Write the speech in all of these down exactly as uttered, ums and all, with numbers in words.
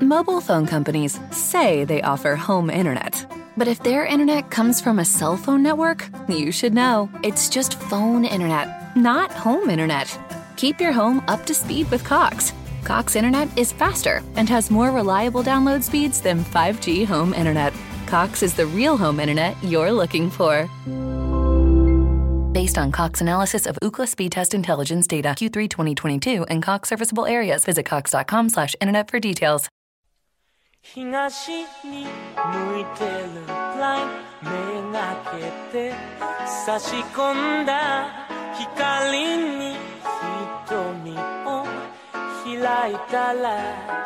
Mobile phone companies say they offer home internet. But if their internet comes from a cell phone network, you should know. It's just phone internet, not home internet. Keep your home up to speed with Cox. Cox Internet is faster and has more reliable download speeds than five G home internet. Cox is the real home internet you're looking for. Based on Cox analysis of Ookla speed test intelligence data Q three twenty twenty-two and Cox serviceable areas. Visit cox.com slash internet for details. 東に向いてるラインめがけて差し込んだ光に瞳を開いたら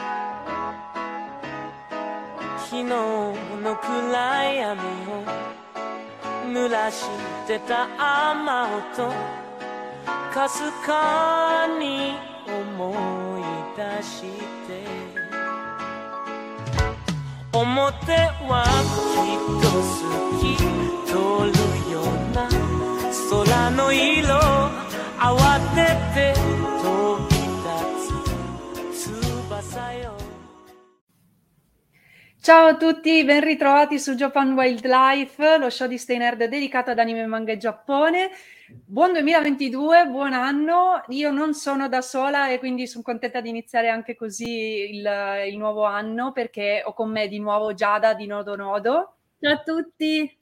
昨日の暗闇を濡らしてた雨音かすかに思い出して表はきっと好き通るような空の色慌てて飛び立つ翼よ。 Ciao a tutti, ben ritrovati su Japan Wildlife, lo show di Stay Nerd dedicato ad anime, manga e Giappone. Buon duemilaventidue, buon anno. Io non sono da sola e quindi sono contenta di iniziare anche così il, il nuovo anno perché ho con me di nuovo Giada di Nodo Nodo. Ciao a tutti!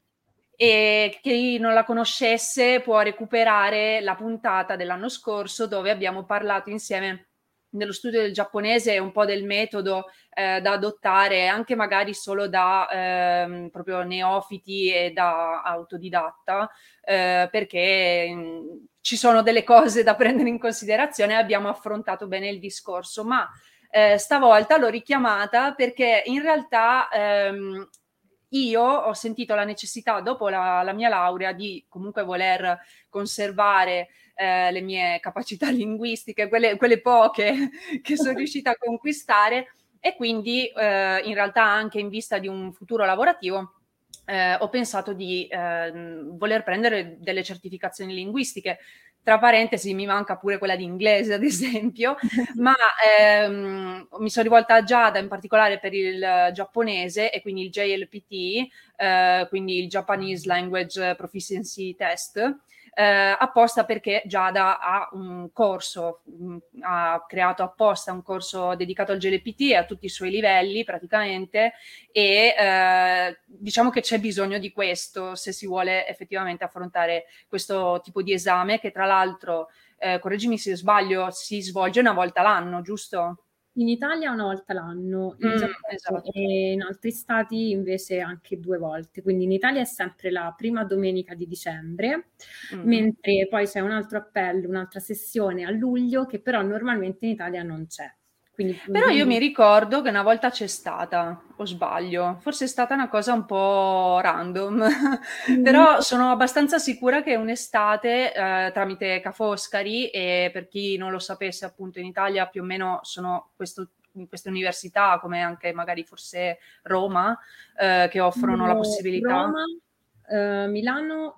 E chi non la conoscesse può recuperare la puntata dell'anno scorso dove abbiamo parlato insieme dello studio del giapponese e un po' del metodo eh, da adottare anche magari solo da eh, proprio neofiti e da autodidatta eh, perché mh, ci sono delle cose da prendere in considerazione e abbiamo affrontato bene il discorso, ma eh, stavolta l'ho richiamata perché in realtà ehm, io ho sentito la necessità dopo la, la mia laurea di comunque voler conservare Eh, le mie capacità linguistiche, quelle, quelle poche che sono riuscita a conquistare e quindi eh, in realtà anche in vista di un futuro lavorativo eh, ho pensato di eh, voler prendere delle certificazioni linguistiche. Tra parentesi mi manca pure quella di inglese ad esempio, ma ehm, mi sono rivolta a Giada in particolare per il giapponese e quindi il J L P T, eh, quindi il Japanese Language Proficiency Test, Eh, apposta perché Giada ha un corso, mh, ha creato apposta un corso dedicato al J L P T a tutti i suoi livelli praticamente e eh, diciamo che c'è bisogno di questo se si vuole effettivamente affrontare questo tipo di esame che tra l'altro, eh, correggimi se sbaglio, si svolge una volta l'anno, giusto? In Italia una volta l'anno, in Mm, Giappone esatto. e in altri stati invece anche due volte. Quindi in Italia è sempre la prima domenica di dicembre, Mm. mentre poi c'è un altro appello, un'altra sessione a luglio che però normalmente in Italia non c'è. Quindi, Però io mi ricordo che una volta c'è stata, o sbaglio, forse è stata una cosa un po' random, però sono abbastanza sicura che un'estate eh, tramite Ca' Foscari, e per chi non lo sapesse appunto in Italia più o meno sono questo, queste università come anche magari forse Roma eh, che offrono la possibilità. Roma, eh, Milano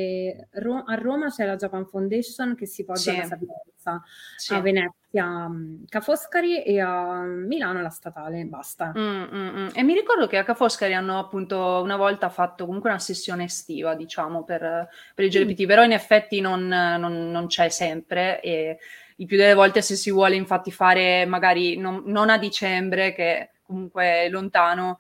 e Ro- a Roma c'è la Japan Foundation che si poggia Sì. alla Sapienza, Sì. a Venezia mh, Ca' Foscari e a Milano la statale, basta. Mm, mm, mm. E mi ricordo che a Ca' Foscari hanno appunto una volta fatto comunque una sessione estiva, diciamo, per, per il J L P T, però in effetti non, non- non c'è sempre e il più delle volte se si vuole infatti fare magari non, non a dicembre, che comunque è lontano,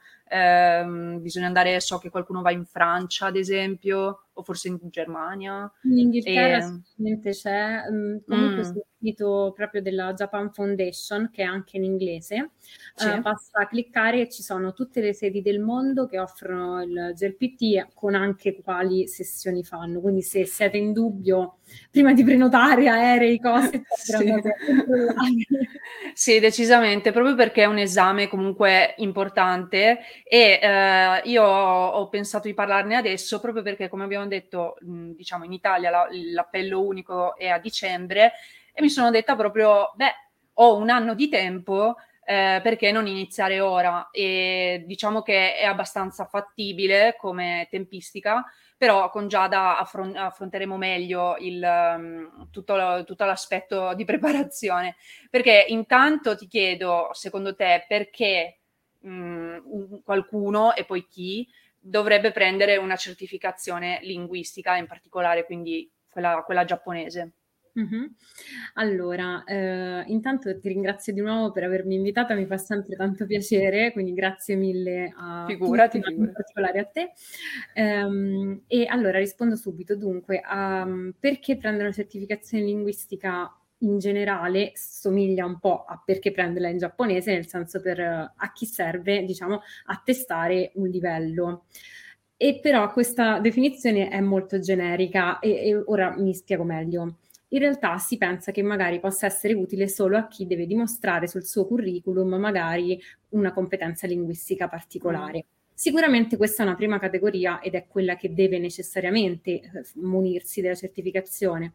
ehm, bisogna andare, so che qualcuno va in Francia ad esempio, o forse in Germania. In Inghilterra E- sicuramente c'è, mm, comunque Mm. sul sito proprio della Japan Foundation, che è anche in inglese, Sì. eh, basta cliccare e ci sono tutte le sedi del mondo che offrono il J L P T con anche quali sessioni fanno. Quindi se siete in dubbio, prima di prenotare aerei, cose, Sì. andate a controllare. Sì, decisamente, proprio perché è un esame comunque importante e eh, io ho, ho pensato di parlarne adesso proprio perché, come abbiamo detto, mh, diciamo in Italia la- l'appello unico è a dicembre e mi sono detta proprio, beh, ho un anno di tempo, eh, perché non iniziare ora? E diciamo che è abbastanza fattibile come tempistica, però con Giada affron- affronteremo meglio il, um, tutto, lo- tutto l'aspetto di preparazione. Perché intanto ti chiedo, secondo te, perché mh, qualcuno e poi chi dovrebbe prendere una certificazione linguistica, in particolare quindi quella, quella giapponese. Mh-mh. Allora, ehm, intanto ti ringrazio di nuovo per avermi invitata, mi fa sempre tanto piacere, quindi grazie mille a tutti, Figurati, ma in figurati. particolare a te. Ehm, e allora rispondo subito. Dunque, uhm, perché prendere una certificazione linguistica in generale somiglia un po' a perché prenderla in giapponese, nel senso per a chi serve, diciamo, a testare un livello. E però questa definizione è molto generica e e ora mi spiego meglio. In realtà si pensa che magari possa essere utile solo a chi deve dimostrare sul suo curriculum magari una competenza linguistica Mm. particolare. Sicuramente questa è una prima categoria ed è quella che deve necessariamente eh, munirsi della certificazione.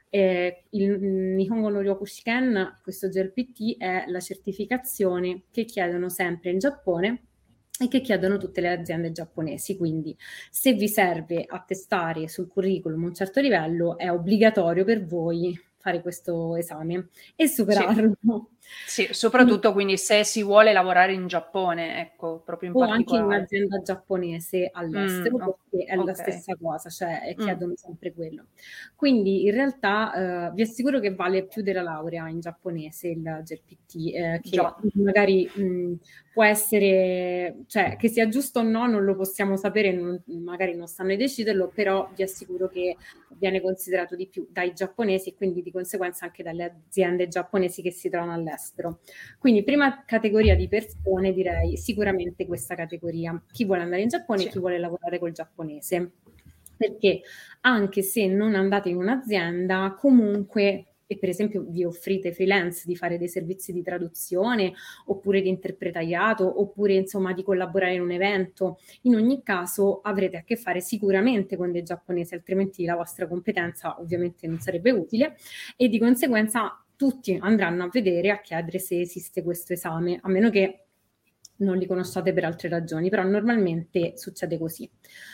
Eh, il Nihongo no Ryoku Shiken, questo G L P T, è la certificazione che chiedono sempre in Giappone e che chiedono tutte le aziende giapponesi. Quindi se vi serve attestare sul curriculum un certo livello, è obbligatorio per voi fare questo esame e superarlo. Sì, soprattutto quindi se si vuole lavorare in Giappone, ecco, proprio in O anche in particolare. un'azienda giapponese all'estero, Mm, perché è la ok. stessa cosa, cioè Mm. chiedono sempre quello. Quindi in realtà eh, vi assicuro che vale più della laurea in giapponese il G L P T, eh, che Già. magari mh, può essere, cioè che sia giusto o no non lo possiamo sapere, non- magari non stanno a deciderlo, però vi assicuro che viene considerato di più dai giapponesi e quindi di conseguenza anche dalle aziende giapponesi che si trovano all'estero. Quindi prima categoria di persone direi sicuramente questa categoria, chi vuole andare in Giappone e Sì. chi vuole lavorare col giapponese, perché anche se non andate in un'azienda, comunque, e per esempio vi offrite freelance di fare dei servizi di traduzione oppure di interpretariato oppure insomma di collaborare in un evento, in ogni caso avrete a che fare sicuramente con dei giapponesi, altrimenti la vostra competenza ovviamente non sarebbe utile e di conseguenza tutti andranno a vedere, a chiedere se esiste questo esame, a meno che non li conosciate per altre ragioni, però normalmente succede così.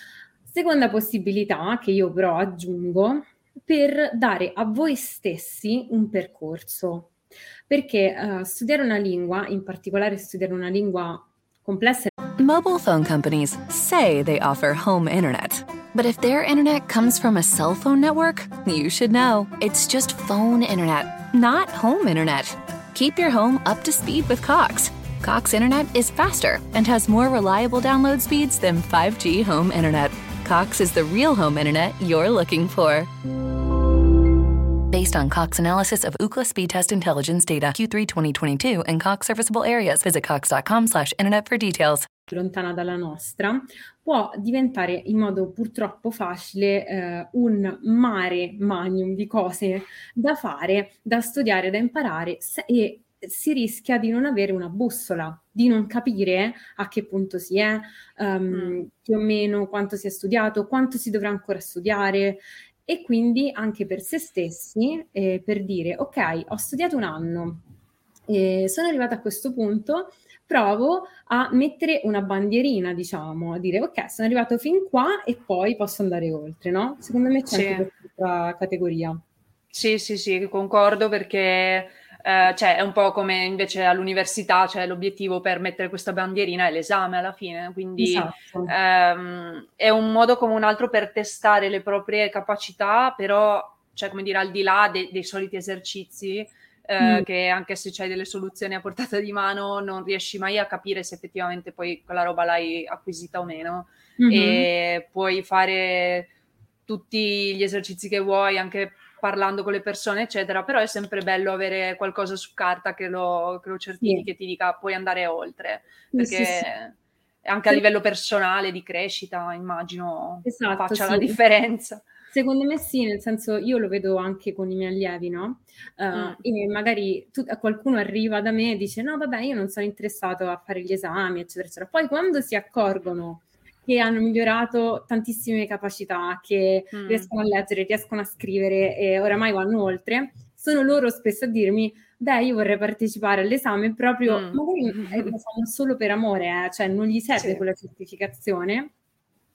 Seconda possibilità che io però aggiungo per dare a voi stessi un percorso, perché uh, studiare una lingua, in particolare studiare una lingua complessa. Mobile phone companies say they offer home internet. But if their internet comes from a cell phone network, you should know. It's just phone internet, not home internet. Keep your home up to speed with Cox. Cox Internet is faster and has more reliable download speeds than five G home internet. Cox is the real home internet you're looking for. Based on Cox analysis of Ookla speed test intelligence data Q three twenty twenty-two and Cox serviceable areas. Visit cox.com slash internet for details. Lontana dalla nostra, può diventare in modo purtroppo facile eh, un mare magnum di cose da fare, da studiare, da imparare se- e si rischia di non avere una bussola, di non capire a che punto si è, um, Mm. più o meno quanto si è studiato, quanto si dovrà ancora studiare e quindi anche per se stessi eh, per dire ok, ho studiato un anno, eh, sono arrivata a questo punto, provo a mettere una bandierina, diciamo, a dire ok, sono arrivato fin qua e poi posso andare oltre, no? Secondo me c'è Sì. anche questa categoria. Sì, sì, sì, concordo perché eh, cioè, è un po' come invece all'università, cioè l'obiettivo per mettere questa bandierina è l'esame alla fine, quindi Esatto. ehm, è un modo come un altro per testare le proprie capacità, però, cioè, come dire, al di là de- dei soliti esercizi, eh, Mm. che anche se c'hai delle soluzioni a portata di mano non riesci mai a capire se effettivamente poi quella roba l'hai acquisita o meno. Mhm. E puoi fare tutti gli esercizi che vuoi, anche parlando con le persone, eccetera, però è sempre bello avere qualcosa su carta che lo, che lo certifichi, Sì. che ti dica puoi andare oltre, Sì, perché sì, sì. anche a Se- livello personale, di crescita, immagino Esatto, faccia sì. la differenza. Secondo me sì, nel senso io lo vedo anche con i miei allievi, no? Eh, Mm. e magari tu- qualcuno arriva da me e dice no, vabbè, io non sono interessato a fare gli esami, eccetera, eccetera. Poi quando si accorgono che hanno migliorato tantissime capacità, che Mm. riescono a leggere, riescono a scrivere e oramai vanno oltre, sono loro spesso a dirmi, beh, io vorrei partecipare all'esame proprio, Mm. magari eh, lo fanno solo per amore, eh, cioè non gli serve Sì. quella certificazione,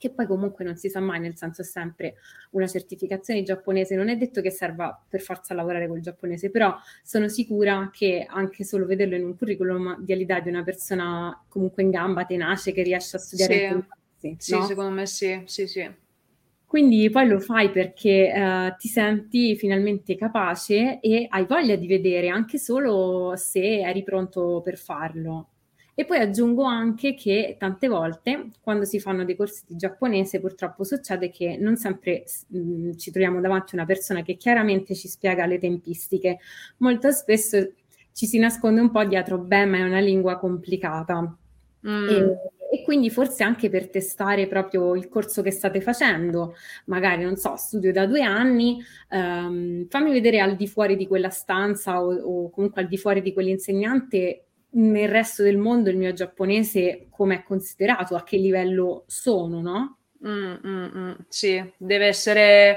che poi comunque non si sa mai, nel senso è sempre una certificazione in giapponese, non è detto che serva per forza lavorare col giapponese, però sono sicura che anche solo vederlo in un curriculum dia l'idea di una persona comunque in gamba, tenace, che riesce a studiare Sì, e impegnarsi, sì, no? secondo me sì, sì, sì. Quindi poi lo fai perché eh, ti senti finalmente capace e hai voglia di vedere, anche solo se eri pronto per farlo. E poi aggiungo anche che tante volte quando si fanno dei corsi di giapponese purtroppo succede che non sempre mh, ci troviamo davanti a una persona che chiaramente ci spiega le tempistiche. Molto spesso ci si nasconde un po' dietro, beh, ma è una lingua complicata. Mm. E, e quindi forse anche per testare proprio il corso che state facendo, magari, non so, studio da due anni, ehm, fammi vedere al di fuori di quella stanza o, o comunque al di fuori di quell'insegnante nel resto del mondo il mio giapponese come è considerato, a che livello sono, no? Mm, mm, mm. Sì, deve essere,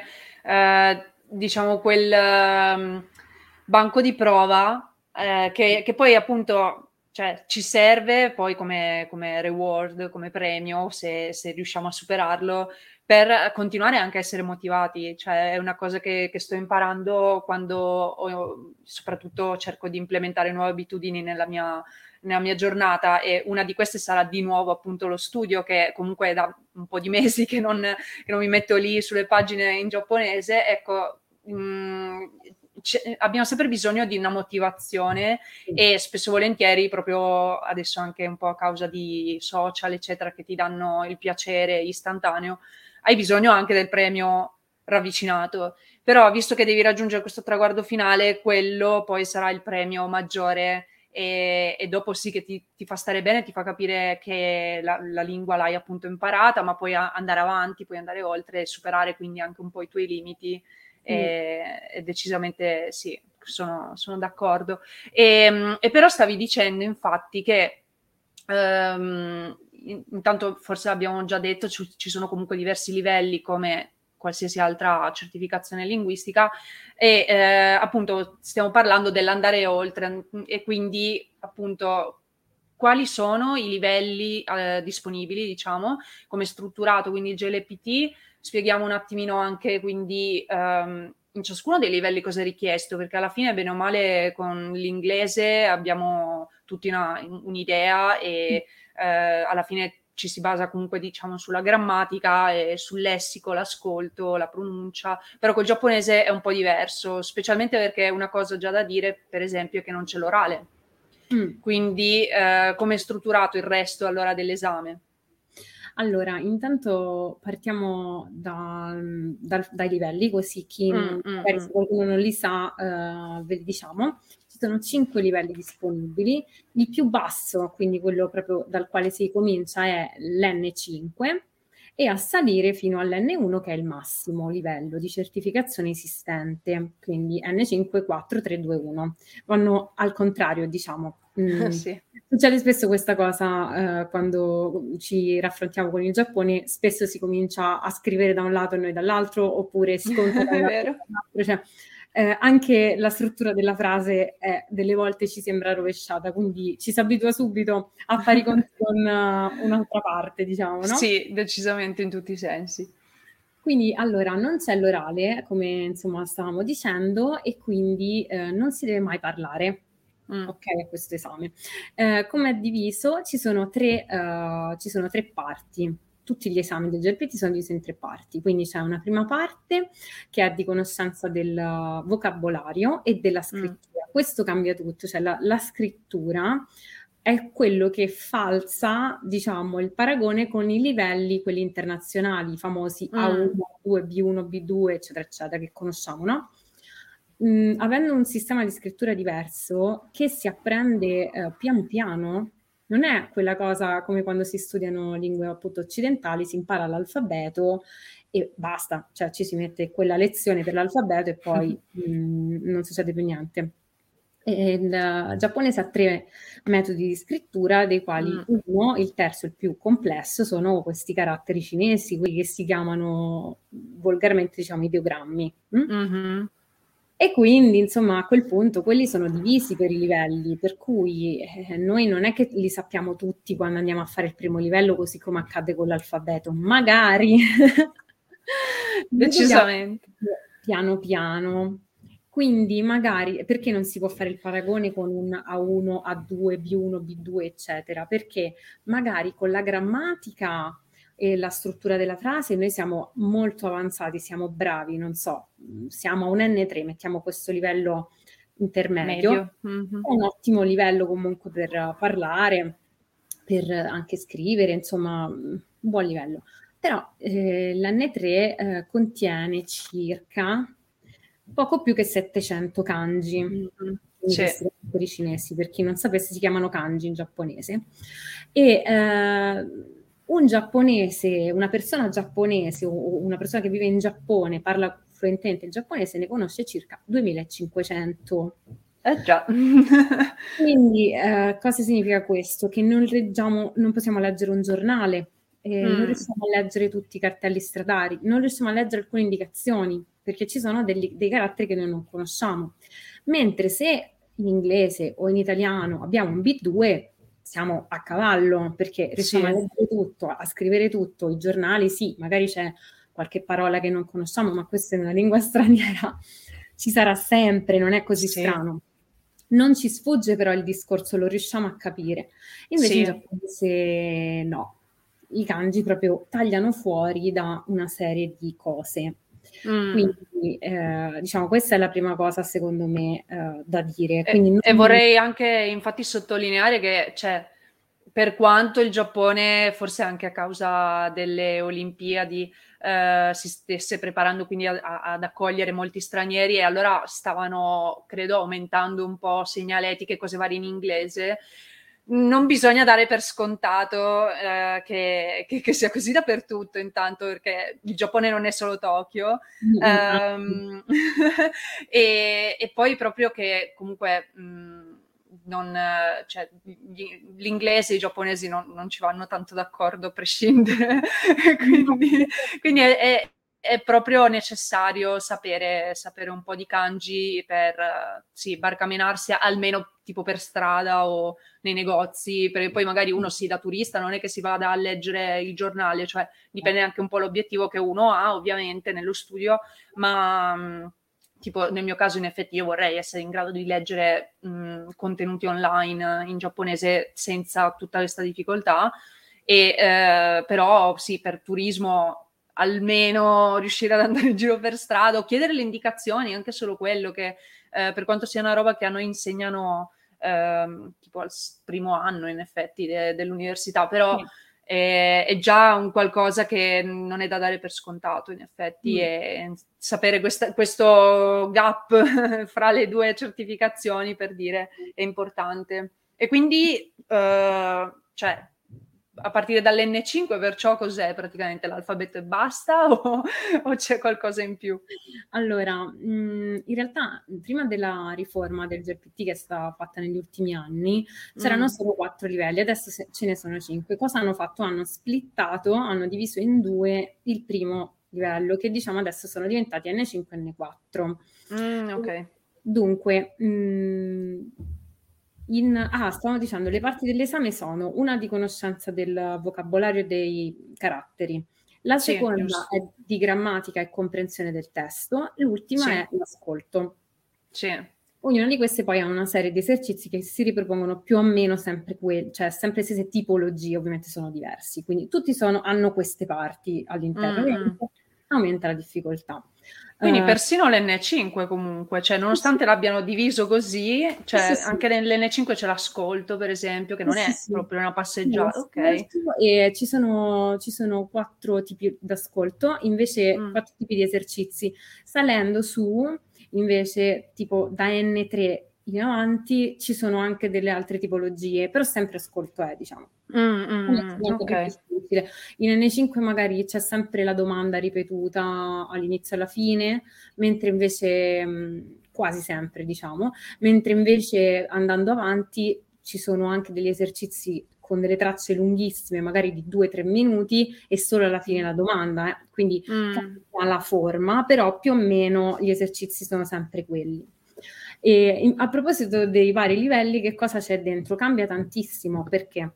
eh, diciamo, quel ehm, banco di prova eh, che, che poi appunto, cioè, ci serve poi come, come reward, come premio, se, se riusciamo a superarlo, per continuare anche a essere motivati. Cioè, è una cosa che, che sto imparando quando ho- soprattutto cerco di implementare nuove abitudini nella mia nella mia giornata, e una di queste sarà di nuovo appunto lo studio, che comunque è da un po' di mesi che non, che non mi metto lì sulle pagine in giapponese. Ecco, mh, abbiamo sempre bisogno di una motivazione, e spesso e volentieri, proprio adesso anche un po' a causa di social eccetera che ti danno il piacere istantaneo, hai bisogno anche del premio ravvicinato. Però visto che devi raggiungere questo traguardo finale, quello poi sarà il premio maggiore. E, e dopo sì che ti, ti fa stare bene, ti fa capire che la, la lingua l'hai appunto imparata, ma puoi a, andare avanti, puoi andare oltre e superare quindi anche un po' i tuoi limiti. E, e decisamente sì, sono, sono d'accordo. E, e però stavi dicendo infatti che um, intanto forse abbiamo già detto, ci, ci sono comunque diversi livelli come qualsiasi altra certificazione linguistica, e eh, appunto stiamo parlando dell'andare oltre, e quindi appunto quali sono i livelli eh, disponibili, diciamo, come è strutturato quindi il J L P T. Spieghiamo un attimino anche quindi um, in ciascuno dei livelli cosa è richiesto, perché alla fine bene o male con l'inglese abbiamo tutti una, un'idea, e eh, alla fine ci si basa comunque diciamo sulla grammatica e sul lessico, l'ascolto, la pronuncia, però col giapponese è un po' diverso, specialmente perché una cosa già da dire, per esempio, è che non c'è l'orale. Mm. Quindi eh, come è strutturato il resto allora dell'esame? Allora, intanto partiamo da, da, dai livelli, così chi mm, magari mm, se qualcuno non li sa, uh, ve li diciamo. Ci sono cinque livelli disponibili. Il più basso, quindi quello proprio dal quale si comincia, è l'N cinque, e a salire fino all'N uno, che è il massimo livello di certificazione esistente, quindi N cinque, quattro, tre, due, uno. Vanno al contrario, diciamo. Mm. Sì. Succede spesso questa cosa eh, quando ci raffrontiamo con il Giappone, spesso si comincia a scrivere da un lato e noi dall'altro, oppure si conta da un lato e dall'altro, cioè, eh, anche la struttura della frase è, delle volte ci sembra rovesciata, quindi ci si abitua subito a fare i conti con uh, un'altra parte, diciamo, no? Sì, decisamente, in tutti i sensi. Quindi allora non c'è l'orale, come insomma stavamo dicendo, e quindi eh, non si deve mai parlare. Mm. Ok, a questo esame. Eh, come è diviso? Ci sono tre, uh, ci sono tre parti. Tutti gli esami del G L P T sono divisi in tre parti, quindi c'è una prima parte che è di conoscenza del vocabolario e della scrittura. Mm. Questo cambia tutto, cioè la, la scrittura è quello che falsa, diciamo, il paragone con i livelli, quelli internazionali, i famosi mm. A uno, A due, B uno, B due, eccetera, eccetera, che conosciamo, no? Mm, avendo un sistema di scrittura diverso che si apprende eh, piano piano, non è quella cosa come quando si studiano lingue appunto occidentali, si impara l'alfabeto e basta, cioè ci si mette quella lezione per l'alfabeto e poi mm, non succede più niente. E il giapponese ha tre metodi di scrittura, dei quali mm. uno, il terzo, il più complesso, sono questi caratteri cinesi, quelli che si chiamano volgarmente, diciamo, ideogrammi. Mm? Mm-hmm. E quindi, insomma, a quel punto quelli sono divisi per i livelli, per cui eh, noi non è che li sappiamo tutti quando andiamo a fare il primo livello, così come accade con l'alfabeto, magari decisamente. piano piano. Quindi magari, perché non si può fare il paragone con un A uno, A due, B uno, B due, eccetera? Perché magari con la grammatica e la struttura della frase noi siamo molto avanzati, siamo bravi, non so, siamo a un N tre, mettiamo questo livello intermedio, Medio. Mm-hmm. è un ottimo livello comunque per parlare, per anche scrivere, insomma, un buon livello. Però eh, l'N tre eh, contiene circa poco più che settecento kanji, Mm-hmm. sì. Per i cinesi, per chi non sapesse si chiamano kanji in giapponese, e eh, un giapponese, una persona giapponese o una persona che vive in Giappone, parla fluentemente il giapponese, ne conosce circa duemilacinquecento. Eh già. Quindi eh, cosa significa questo? Che non leggiamo, non possiamo leggere un giornale, eh, mm. non riusciamo a leggere tutti i cartelli stradali, non riusciamo a leggere alcune indicazioni, perché ci sono degli, dei caratteri che noi non conosciamo. Mentre se in inglese o in italiano abbiamo un B due, siamo a cavallo, perché riusciamo sì. a leggere tutto, a scrivere tutto, i giornali sì, magari c'è qualche parola che non conosciamo, ma questa è una lingua straniera, ci sarà sempre, non è così sì. strano. Non ci sfugge però il discorso, lo riusciamo a capire. Invece sì. in giapponese no, i kanji proprio tagliano fuori da una serie di cose. Mm. Quindi eh, diciamo questa è la prima cosa secondo me eh, da dire. Quindi e, non... e vorrei anche infatti sottolineare che cioè, per quanto il Giappone, forse anche a causa delle Olimpiadi, eh, si stesse preparando quindi a, a, ad accogliere molti stranieri, e allora stavano, credo, aumentando un po' segnaletiche e cose varie in inglese. Non bisogna dare per scontato eh, che, che, che sia così dappertutto, intanto, perché il Giappone non è solo Tokyo. Mm-hmm. um, e, e poi proprio che comunque mh, non, cioè, gli, l'inglese e i giapponesi non, non ci vanno tanto d'accordo a prescindere. quindi quindi è, è, è proprio necessario sapere, sapere un po' di kanji per sì, barcamenarsi almeno tipo per strada o nei negozi, perché poi magari uno sì, da turista non è che si vada a leggere il giornale, cioè dipende anche un po' l'obiettivo che uno ha ovviamente nello studio, ma tipo nel mio caso in effetti io vorrei essere in grado di leggere mh, contenuti online in giapponese senza tutta questa difficoltà, e eh, però sì, per turismo almeno riuscire ad andare in giro per strada o chiedere le indicazioni, anche solo quello, che eh, per quanto sia una roba che a noi insegnano eh, tipo al primo anno in effetti de- dell'università, però sì. è, è già un qualcosa che non è da dare per scontato in effetti, mm. e sapere questa, questo gap fra le due certificazioni, per dire, è importante. E quindi eh, cioè a partire dall'N cinque, perciò cos'è praticamente l'alfabeto e basta, o, o c'è qualcosa in più? Allora, mh, in realtà prima della riforma del G P T che è stata fatta negli ultimi anni c'erano mm. solo quattro livelli, adesso ce ne sono cinque. Cosa hanno fatto? Hanno splittato, hanno diviso in due il primo livello, che diciamo adesso sono diventati N cinque e N quattro. Mm, ok. Dunque, mh, In, ah, stavamo dicendo, le parti dell'esame sono una di conoscenza del vocabolario e dei caratteri, la sì, seconda giusto. è di grammatica e comprensione del testo, l'ultima sì. è l'ascolto. Sì. Ognuna di queste poi ha una serie di esercizi che si ripropongono più o meno sempre, que- cioè sempre le stesse tipologie, ovviamente sono diversi, quindi tutti sono, hanno queste parti all'interno, mm-hmm. aumenta la difficoltà. Quindi persino l'N cinque comunque, cioè nonostante sì. l'abbiano diviso così, cioè sì, sì. anche nell'N cinque c'è l'ascolto, per esempio, che non è sì, proprio una passeggiata. Ok. E ci sono, ci sono quattro tipi d'ascolto, invece mm. quattro tipi di esercizi. Salendo su, invece, tipo da N tre in avanti, ci sono anche delle altre tipologie, però sempre ascolto è, diciamo. Mm, mm, okay. In N cinque magari c'è sempre la domanda ripetuta all'inizio e alla fine, mentre invece mh, quasi sempre, diciamo, mentre invece andando avanti ci sono anche degli esercizi con delle tracce lunghissime, magari di due tre minuti, e solo alla fine la domanda, eh. Quindi Mm. cambia la forma, però più o meno gli esercizi sono sempre quelli. E in- a proposito dei vari livelli, che cosa c'è dentro? Cambia tantissimo, perché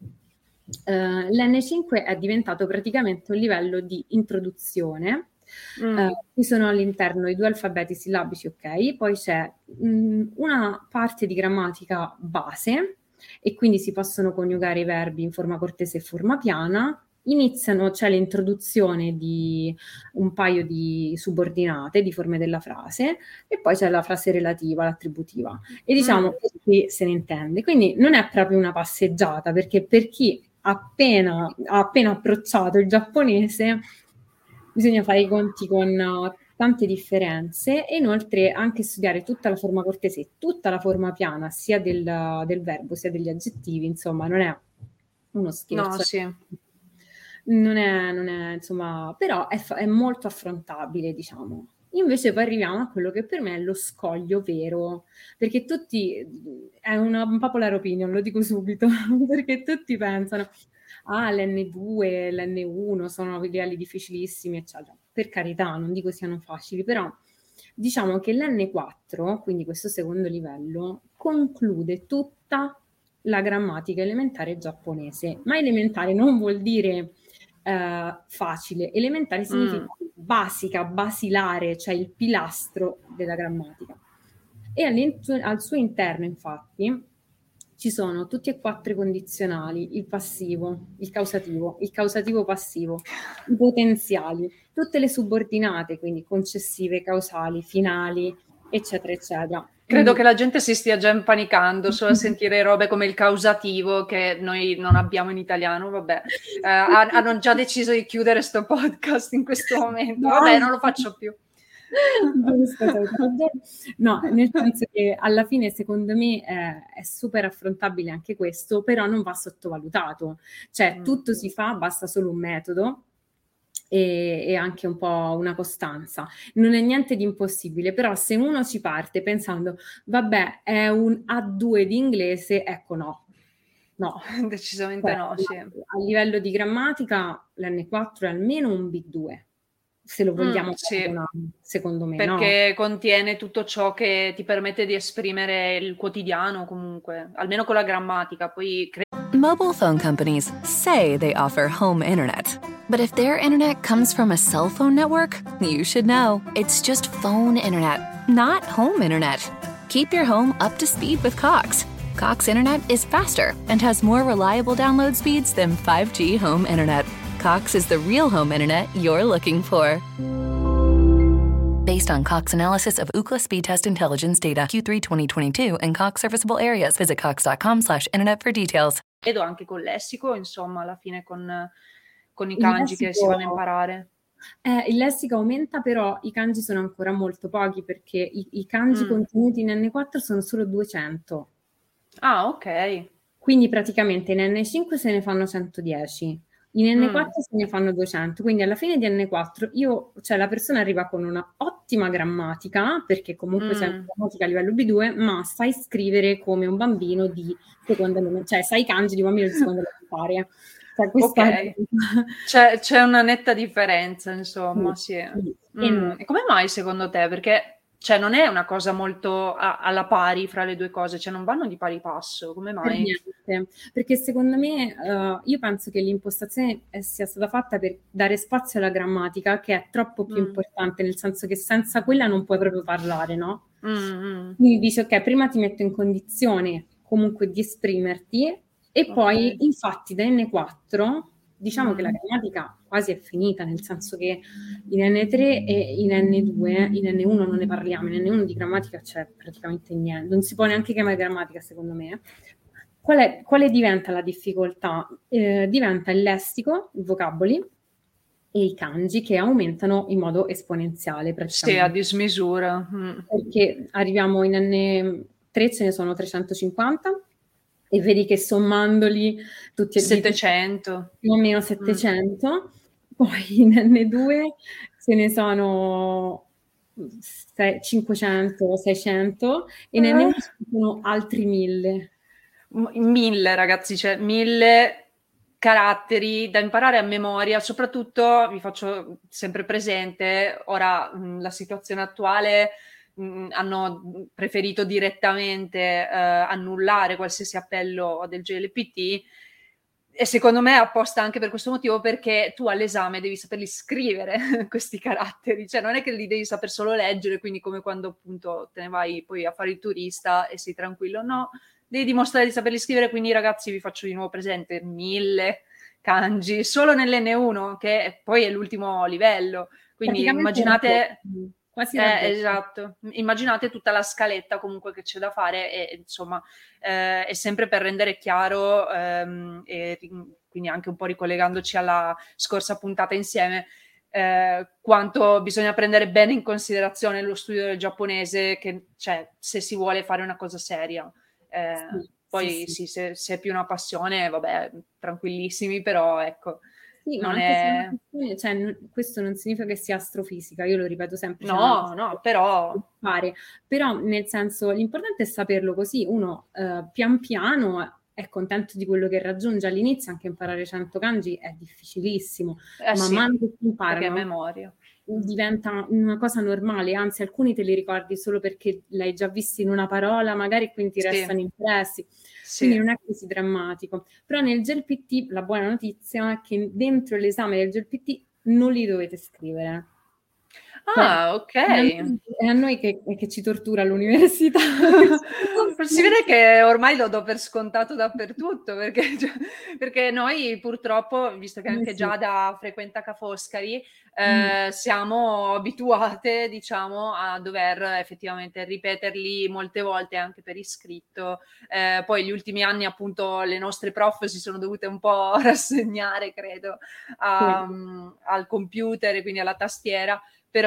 eh, l'N cinque è diventato praticamente un livello di introduzione. Mm. Eh, ci sono all'interno i due alfabeti sillabici, ok, poi c'è mh, una parte di grammatica base, e quindi si possono coniugare i verbi in forma cortese e forma piana. Iniziano, c'è l'introduzione di un paio di subordinate, di forme della frase, e poi c'è la frase relativa, l'attributiva. E diciamo Mm. che se ne intende. Quindi non è proprio una passeggiata, perché per chi appena, ha appena approcciato il giapponese bisogna fare i conti con uh, tante differenze, e inoltre anche studiare tutta la forma cortese e tutta la forma piana, sia del, del verbo sia degli aggettivi, insomma, non è uno No, scherzo. sì. Non è, non è, insomma, però è, fa- è molto affrontabile, diciamo. Invece poi arriviamo a quello che per me è lo scoglio vero, perché tutti, è una unpopular opinion, lo dico subito, perché tutti pensano, ah, l'N due, l'N uno sono livelli difficilissimi, eccetera. Per carità, non dico siano facili, però diciamo che l'N quattro, quindi questo secondo livello, conclude tutta la grammatica elementare giapponese. Ma elementare non vuol dire eh, facile, elementare significa Mm. basica, basilare, cioè il pilastro della grammatica. E al suo interno, infatti, ci sono tutti e quattro i condizionali: il passivo, il causativo, il causativo passivo, i potenziali, tutte le subordinate, quindi concessive, causali, finali, eccetera, eccetera. Credo Quindi, che la gente si stia già impanicando solo a sentire robe come il causativo, che noi non abbiamo in italiano, vabbè. Eh, hanno già deciso di chiudere sto podcast in questo momento. Vabbè, non lo faccio più. No, nel senso che alla fine secondo me è, è super affrontabile anche questo, però non va sottovalutato. Cioè, Mm. tutto si fa, basta solo un metodo e, e anche un po' una costanza. Non è niente di impossibile, però se uno ci parte pensando, vabbè, è un A due di inglese, ecco no. No, Decisamente cioè, no, sì. a livello di grammatica l'N quattro è almeno un B due, se lo vogliamo Mm, sì. paragonare, secondo me, Perché no? contiene tutto ciò che ti permette di esprimere il quotidiano, comunque, almeno con la grammatica. Poi cre- Mobile phone companies say they offer home internet. But if their internet comes from a cell phone network, you should know. It's just phone internet, not home internet. Keep your home up to speed with Cox. Cox internet is faster and has more reliable download speeds than five G home internet. Cox is the real home internet you're looking for. Based on Cox analysis of Ookla speed test intelligence data Q three twenty twenty-two and Cox serviceable areas. Visit cox.com slash internet for details. vedo anche col lessico, insomma, alla fine con, con i Il kanji che si vanno a lessico- imparare. Eh, il lessico aumenta, però i kanji sono ancora molto pochi, perché i, i kanji Mm. contenuti in N quattro sono solo duecento. Ah, ok. Quindi praticamente in N cinque se ne fanno centodieci, in N quattro Mm. se ne fanno duecento, quindi alla fine di N quattro io, cioè la persona arriva con una ottima grammatica, perché comunque c'è Mm. una grammatica a livello B due, ma sai scrivere come un bambino di seconda elementare, cioè sai kanji di un bambino di seconda elementare. Cioè, questa Ok. C'è, c'è una netta differenza, insomma, Sì, sì. sì. Mm. E no. E come mai secondo te? Perché cioè, non è una cosa molto a- alla pari fra le due cose, cioè non vanno di pari passo, come Per mai? niente, perché secondo me eh, io penso che l'impostazione eh, sia stata fatta per dare spazio alla grammatica, che è troppo più Mm. importante, nel senso che senza quella non puoi proprio parlare, no? Mm, mm. Quindi dici, ok, prima ti metto in condizione comunque di esprimerti, e Ok. poi infatti da N quattro diciamo Mm. che la grammatica quasi è finita, nel senso che in N tre e in N due, in N uno non ne parliamo, in N uno di grammatica c'è praticamente niente, non si può neanche chiamare grammatica secondo me. Qual è, quale diventa la difficoltà? Eh, diventa il lessico, i vocaboli e i kanji, che aumentano in modo esponenziale Sì, praticamente. a dismisura. Mm. Perché arriviamo in N tre, ce ne sono trecentocinquanta, e vedi che sommandoli tutti e settecento. più o meno settecento, poi in N due ce ne sono se- cinquecento, seicento, e in N uno ci sono altri mille. Mille, ragazzi, cioè mille caratteri da imparare a memoria. Soprattutto vi faccio sempre presente, ora mh, la situazione attuale, mh, hanno preferito direttamente eh, annullare qualsiasi appello del G L P T, e secondo me apposta anche per questo motivo, perché tu all'esame devi saperli scrivere questi caratteri, cioè non è che li devi saper solo leggere, quindi come quando appunto te ne vai poi a fare il turista e sei tranquillo, no, devi dimostrare di saperli scrivere. Quindi ragazzi, vi faccio di nuovo presente mille kanji solo nell'N uno, che poi è l'ultimo livello, quindi immaginate quasi eh, esatto, immaginate tutta la scaletta comunque che c'è da fare, e insomma eh, è sempre per rendere chiaro, ehm, e quindi anche un po' ricollegandoci alla scorsa puntata insieme, eh, quanto bisogna prendere bene in considerazione lo studio del giapponese, che cioè se si vuole fare una cosa seria. Eh, Sì, poi sì, sì, sì. se, se è più una passione, vabbè, tranquillissimi, però ecco, Sì, ma non anche se è una è... questione, cioè, n- questo non significa che sia astrofisica, io lo ripeto sempre, cioè non è una No, cosa no, che però... si può fare, però nel senso l'importante è saperlo, così uno eh, pian piano è contento di quello che raggiunge. All'inizio anche imparare cento kanji è difficilissimo, Eh man sì, mano che si perché è imparano memoria. diventa una cosa normale, anzi alcuni te li ricordi solo perché l'hai già visto in una parola magari e quindi ti Sì, restano impressi, quindi sì. non è così drammatico. Però nel G L P T la buona notizia è che dentro l'esame del G L P T non li dovete scrivere. Cioè, Ah, ok. è a noi, è a noi che, che ci tortura all'università. Si vede che ormai lo do per scontato dappertutto, perché, cioè, perché noi purtroppo, visto che Eh anche sì. Giada frequenta Ca' Foscari, Mm. eh, siamo abituate, diciamo, a dover effettivamente ripeterli molte volte anche per iscritto. Eh, poi gli ultimi anni appunto le nostre prof si sono dovute un po' rassegnare, credo, a, Sì. al computer e quindi alla tastiera.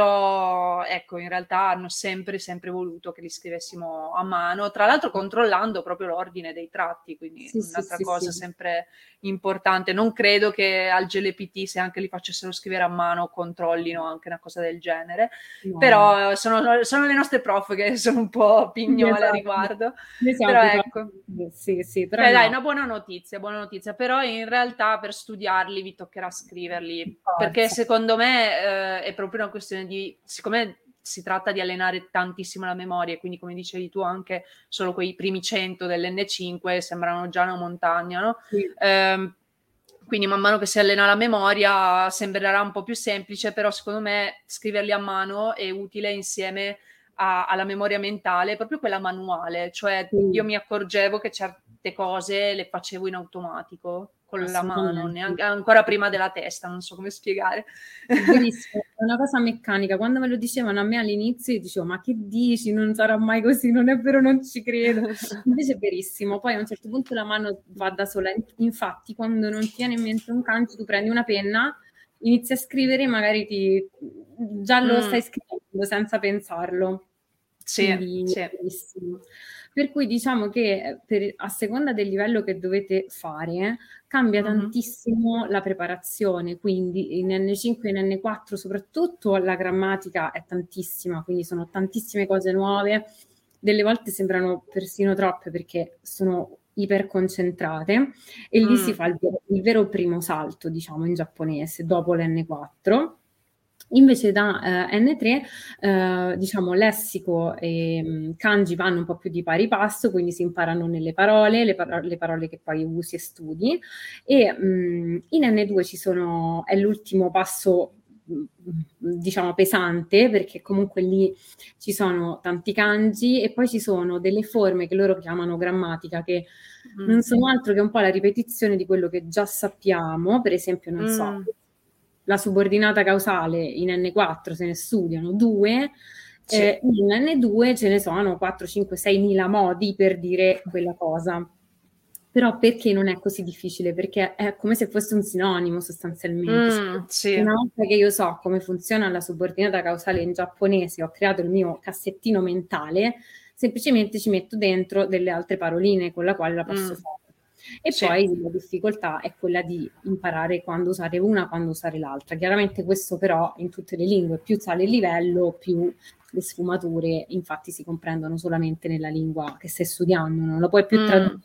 Però ecco, in realtà hanno sempre sempre voluto che li scrivessimo a mano, tra l'altro controllando proprio l'ordine dei tratti, quindi Sì, sì, un'altra sì, cosa sì. sempre importante. Non credo che al G L P T, se anche li facessero scrivere a mano, controllino anche una cosa del genere, No, no. però sono, sono le nostre prof che sono un po' Sì, pignole a esatto. riguardo, Noi siamo però abituati. ecco. Sì, sì, però Beh, dai, no. una buona notizia, buona notizia, però in realtà per studiarli vi toccherà scriverli, perché Forza. secondo me eh, è proprio una questione di, siccome si tratta di allenare tantissimo la memoria, quindi come dicevi tu anche solo quei primi cento dell'N cinque sembrano già una montagna, no? Sì. Eh, quindi man mano che si allena la memoria sembrerà un po' più semplice, però secondo me scriverli a mano è utile insieme a, alla memoria mentale, proprio quella manuale, cioè io Sì, mi accorgevo che certe cose le facevo in automatico con la mano, assolutamente. neanche, ancora prima della testa, non so come spiegare. Verissimo, è una cosa meccanica. Quando me lo dicevano a me all'inizio, io dicevo: ma che dici? Non sarà mai così, non è vero, non ci credo. Invece è verissimo. Poi a un certo punto la mano va da sola. Infatti, quando non ti viene in mente un kanji, tu prendi una penna, inizi a scrivere e magari ti già lo Mm, stai scrivendo senza pensarlo. sì, Quindi sì. è verissimo. Per cui diciamo che per, a seconda del livello che dovete fare, cambia Mhm. tantissimo la preparazione, quindi in N cinque e in N quattro soprattutto la grammatica è tantissima, quindi sono tantissime cose nuove, delle volte sembrano persino troppe perché sono iperconcentrate e lì si Mm. fa il vero, il vero primo salto, diciamo, in giapponese, dopo l'N quattro. Invece da eh, N tre, eh, diciamo, lessico e mh, kanji vanno un po' più di pari passo, quindi si imparano nelle parole, le, par- le parole che poi usi e studi. E mh, in N due ci sono, è l'ultimo passo, mh, diciamo, pesante, perché comunque lì ci sono tanti kanji e poi ci sono delle forme che loro chiamano grammatica, che Mm. non sono altro che un po' la ripetizione di quello che già sappiamo. Per esempio, non so, Mm. la subordinata causale in N quattro se ne studiano due, Sì. eh, in N due ce ne sono quattro, cinque, sei mila modi per dire quella cosa. Però perché non è così difficile? Perché è come se fosse un sinonimo sostanzialmente. Mm, sì. Una volta che io so come funziona la subordinata causale in giapponese, ho creato il mio cassettino mentale, semplicemente ci metto dentro delle altre paroline con la quale la posso Mm. fare. E Sì. poi la difficoltà è quella di imparare quando usare una, quando usare l'altra. Chiaramente questo però in tutte le lingue, più sale il livello, più le sfumature infatti si comprendono solamente nella lingua che stai studiando, non lo puoi più Mm. tradurre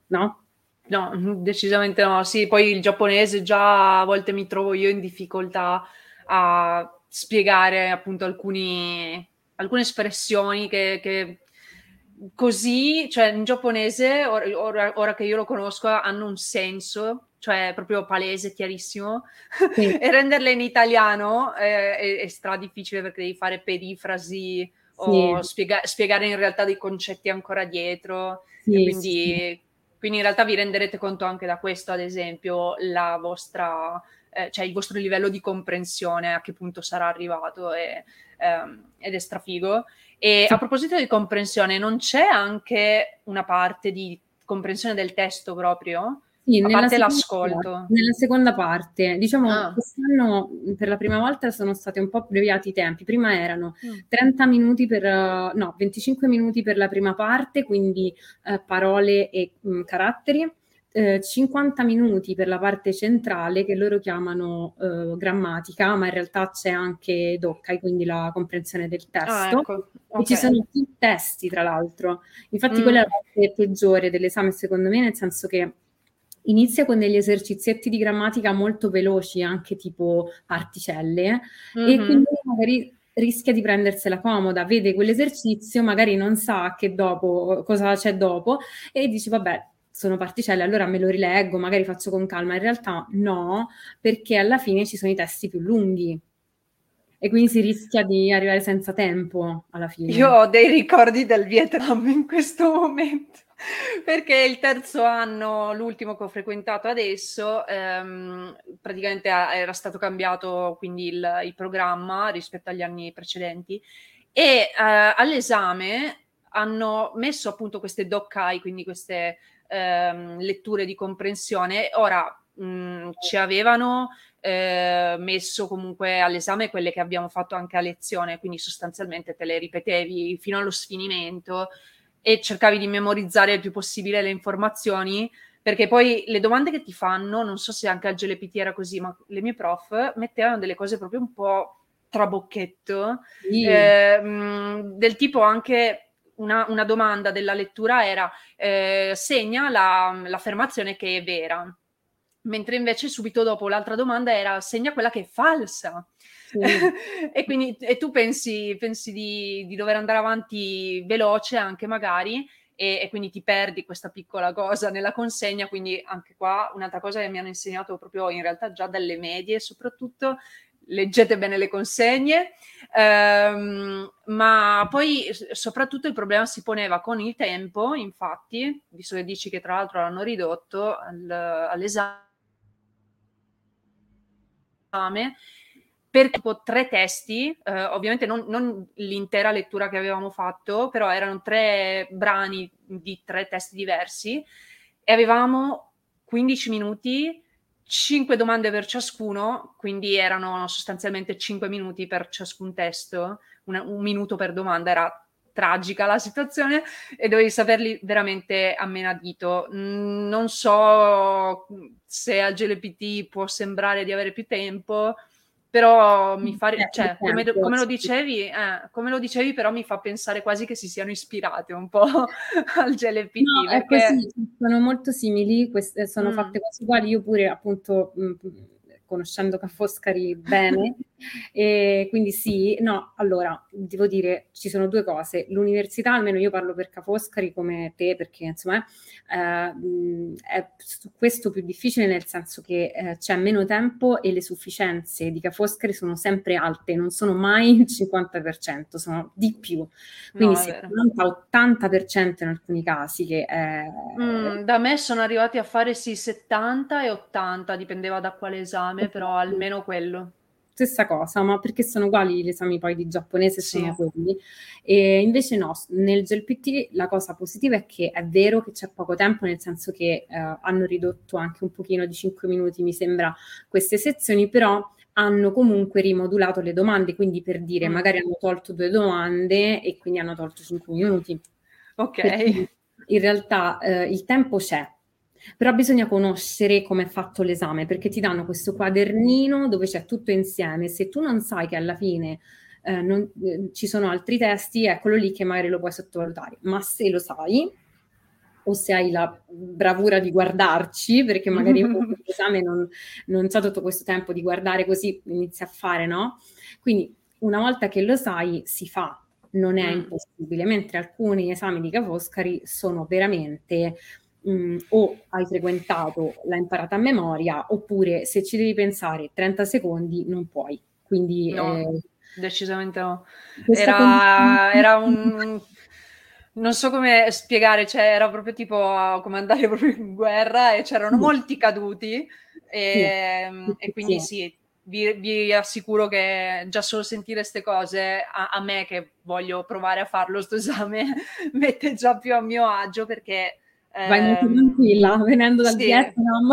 no? No, decisamente no. Sì, poi il giapponese già a volte mi trovo io in difficoltà a spiegare appunto alcuni, alcune espressioni che, che così, cioè in giapponese, or- ora, ora che io lo conosco, hanno un senso, cioè proprio palese, chiarissimo, Sì, e renderle in italiano eh, è, è stra difficile perché devi fare perifrasi sì, o spiega- spiegare in realtà dei concetti ancora dietro, e sì, sì, sì. quindi, quindi in realtà vi renderete conto anche da questo, ad esempio, la vostra, eh, cioè il vostro livello di comprensione, a che punto sarà arrivato, e, ehm, ed è strafigo. E a Sì. proposito di comprensione, non c'è anche una parte di comprensione del testo proprio? Sì, A nella parte seconda par l'ascolto. nella seconda parte. Diciamo Ah. quest'anno, mhmm, per la prima volta sono stati un po' abbreviati i tempi. Prima erano Mm. trenta minuti per no, venticinque minuti per la prima parte, quindi, ehm, parole e, mhmm, caratteri, ehm, cinquanta minuti per la parte centrale che loro chiamano, uhm, grammatica, ma in realtà c'è anche Dokkai, quindi la comprensione del Ah, testo, ecco, e ci ok. sono più testi tra l'altro. Infatti quella è la Mm. parte peggiore dell'esame secondo me, nel senso che inizia con degli esercizietti di grammatica molto veloci, anche tipo particelle, e quindi Mhm. magari rischia di prendersela comoda, vede quell'esercizio, magari non sa che dopo, cosa c'è dopo, e dice vabbè, sono particelle, allora me lo rileggo, magari faccio con calma. In realtà no, perché alla fine ci sono i testi più lunghi e quindi si rischia di arrivare senza tempo alla Io fine. ho dei ricordi del Vietnam in questo momento, perché il terzo anno, l'ultimo che ho frequentato adesso, ehm, praticamente a- era stato cambiato quindi il, il programma rispetto agli anni precedenti, e eh, all'esame hanno messo appunto queste Dokkai, quindi queste ehm, letture di comprensione. Ora mh, ci avevano eh, messo comunque all'esame quelle che abbiamo fatto anche a lezione, quindi sostanzialmente te le ripetevi fino allo sfinimento e cercavi di memorizzare il più possibile le informazioni, perché poi le domande che ti fanno, non so se anche al G L P T era così, ma le mie prof mettevano delle cose proprio un po' trabocchetto, Sì, eh, mh, del tipo anche una, una domanda della lettura era eh, segna la, l'affermazione che è vera, mentre invece subito dopo l'altra domanda era segna quella che è falsa. sì. E quindi e tu pensi, pensi di, di dover andare avanti veloce anche magari, e, e quindi ti perdi questa piccola cosa nella consegna. Quindi anche qua un'altra cosa che mi hanno insegnato proprio in realtà già dalle medie soprattutto: leggete bene le consegne. Ehm, ma poi s- soprattutto il problema si poneva con il tempo, infatti, visto che dici che tra l'altro l'hanno ridotto al- all'esame, per tipo tre testi, eh, ovviamente non, non l'intera lettura che avevamo fatto, però erano tre brani di tre testi diversi, e avevamo quindici minuti, cinque domande per ciascuno, quindi erano sostanzialmente cinque minuti per ciascun testo, una- un minuto per domanda. Era tragica la situazione e dovevi saperli veramente a menadito. Mm, Non so se a G L P T può sembrare di avere più tempo, però mi fa, C'è più cioè, come, tempo, come lo sì. dicevi, eh, come lo dicevi, però mi fa pensare quasi che si siano ispirate un po' al G L P T, No, è perché... così, sono molto simili, queste sono fatte Mm, quasi uguali. Io pure, appunto, mh, conoscendo Ca' Foscari bene, e quindi sì, no, allora, devo dire, ci sono due cose. L'università, almeno io parlo per Ca' Foscari come te, perché insomma eh, mh, è su questo più difficile, nel senso che eh, c'è meno tempo e le sufficienze di Ca' Foscari sono sempre alte, non sono mai il cinquanta per cento, sono di più. Quindi no, è vero. settanta ottanta per cento in alcuni casi, che è Mm, da me sono arrivati a fare sì settanta e ottanta, dipendeva da quale esame, però esatto. almeno quello. Stessa cosa, ma perché sono uguali gli esami poi di giapponese, Sì. sono quelli. E invece no, s- nel G L P T la cosa positiva è che è vero che c'è poco tempo, nel senso che eh, hanno ridotto anche un pochino di cinque minuti, mi sembra, queste sezioni, però hanno comunque rimodulato le domande, quindi per dire, Mm, magari hanno tolto due domande e quindi hanno tolto cinque minuti. ok. Per cui in realtà eh, il tempo c'è, però bisogna conoscere come è fatto l'esame, perché ti danno questo quadernino dove c'è tutto insieme. Se tu non sai che alla fine eh, non- eh, ci sono altri testi, eccolo lì che magari lo puoi sottovalutare. Ma se lo sai, o se hai la bravura di guardarci, perché magari l'esame non, non c'è tutto questo tempo di guardare, così inizi a fare, no? Quindi una volta che lo sai, si fa, non è Mm. impossibile, mentre alcuni esami di Ca' Foscari sono veramente mh, o hai frequentato, l'hai imparata a memoria, oppure se ci devi pensare trenta secondi non puoi. Quindi No, eh, decisamente no. questa Era, era condizione- un... Non so come spiegare, cioè era proprio tipo come andare proprio in guerra e c'erano Sì. molti caduti Sì, e, sì, e sì, quindi sì. sì, vi, vi assicuro che già solo sentire queste cose a, a me che voglio provare a farlo sto esame mette già più a mio agio perché Vai molto ehm, tranquilla, venendo dal sì. Vietnam.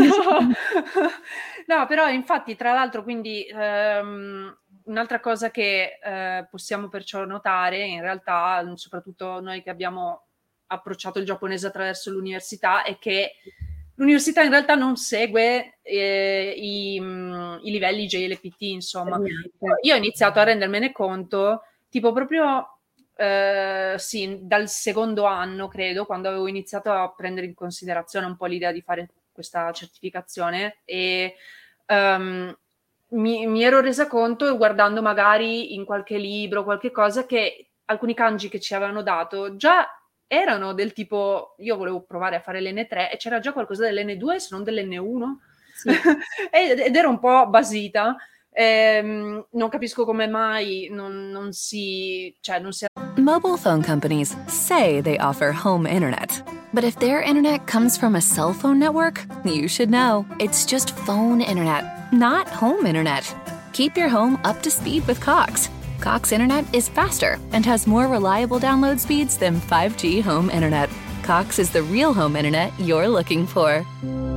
No, però infatti tra l'altro quindi ehm, un'altra cosa che eh, possiamo perciò notare in realtà, soprattutto noi che abbiamo approcciato il giapponese attraverso l'università, è che l'università in realtà non segue eh, i, mh, i livelli J L P T, insomma. Niente. Io ho iniziato a rendermene conto tipo proprio eh, sì, dal secondo anno, credo, quando avevo iniziato a prendere in considerazione un po' l'idea di fare questa certificazione e um, mi, mi ero resa conto guardando magari in qualche libro, qualche cosa, che alcuni kanji che ci avevano dato già erano del tipo, io volevo provare a fare l'N tre e c'era già qualcosa dell'N due se non dell'N uno Sì. ed, ed ero un po' basita. Ehm, non capisco come mai non, non si, cioè non si Mobile phone companies say they offer home internet. But if their internet comes from a cell phone network, you should know. It's just phone internet, not home internet. Keep your home up to speed with Cox. Cox internet is faster and has more reliable download speeds than five G home internet. Cox is the real home internet you're looking for.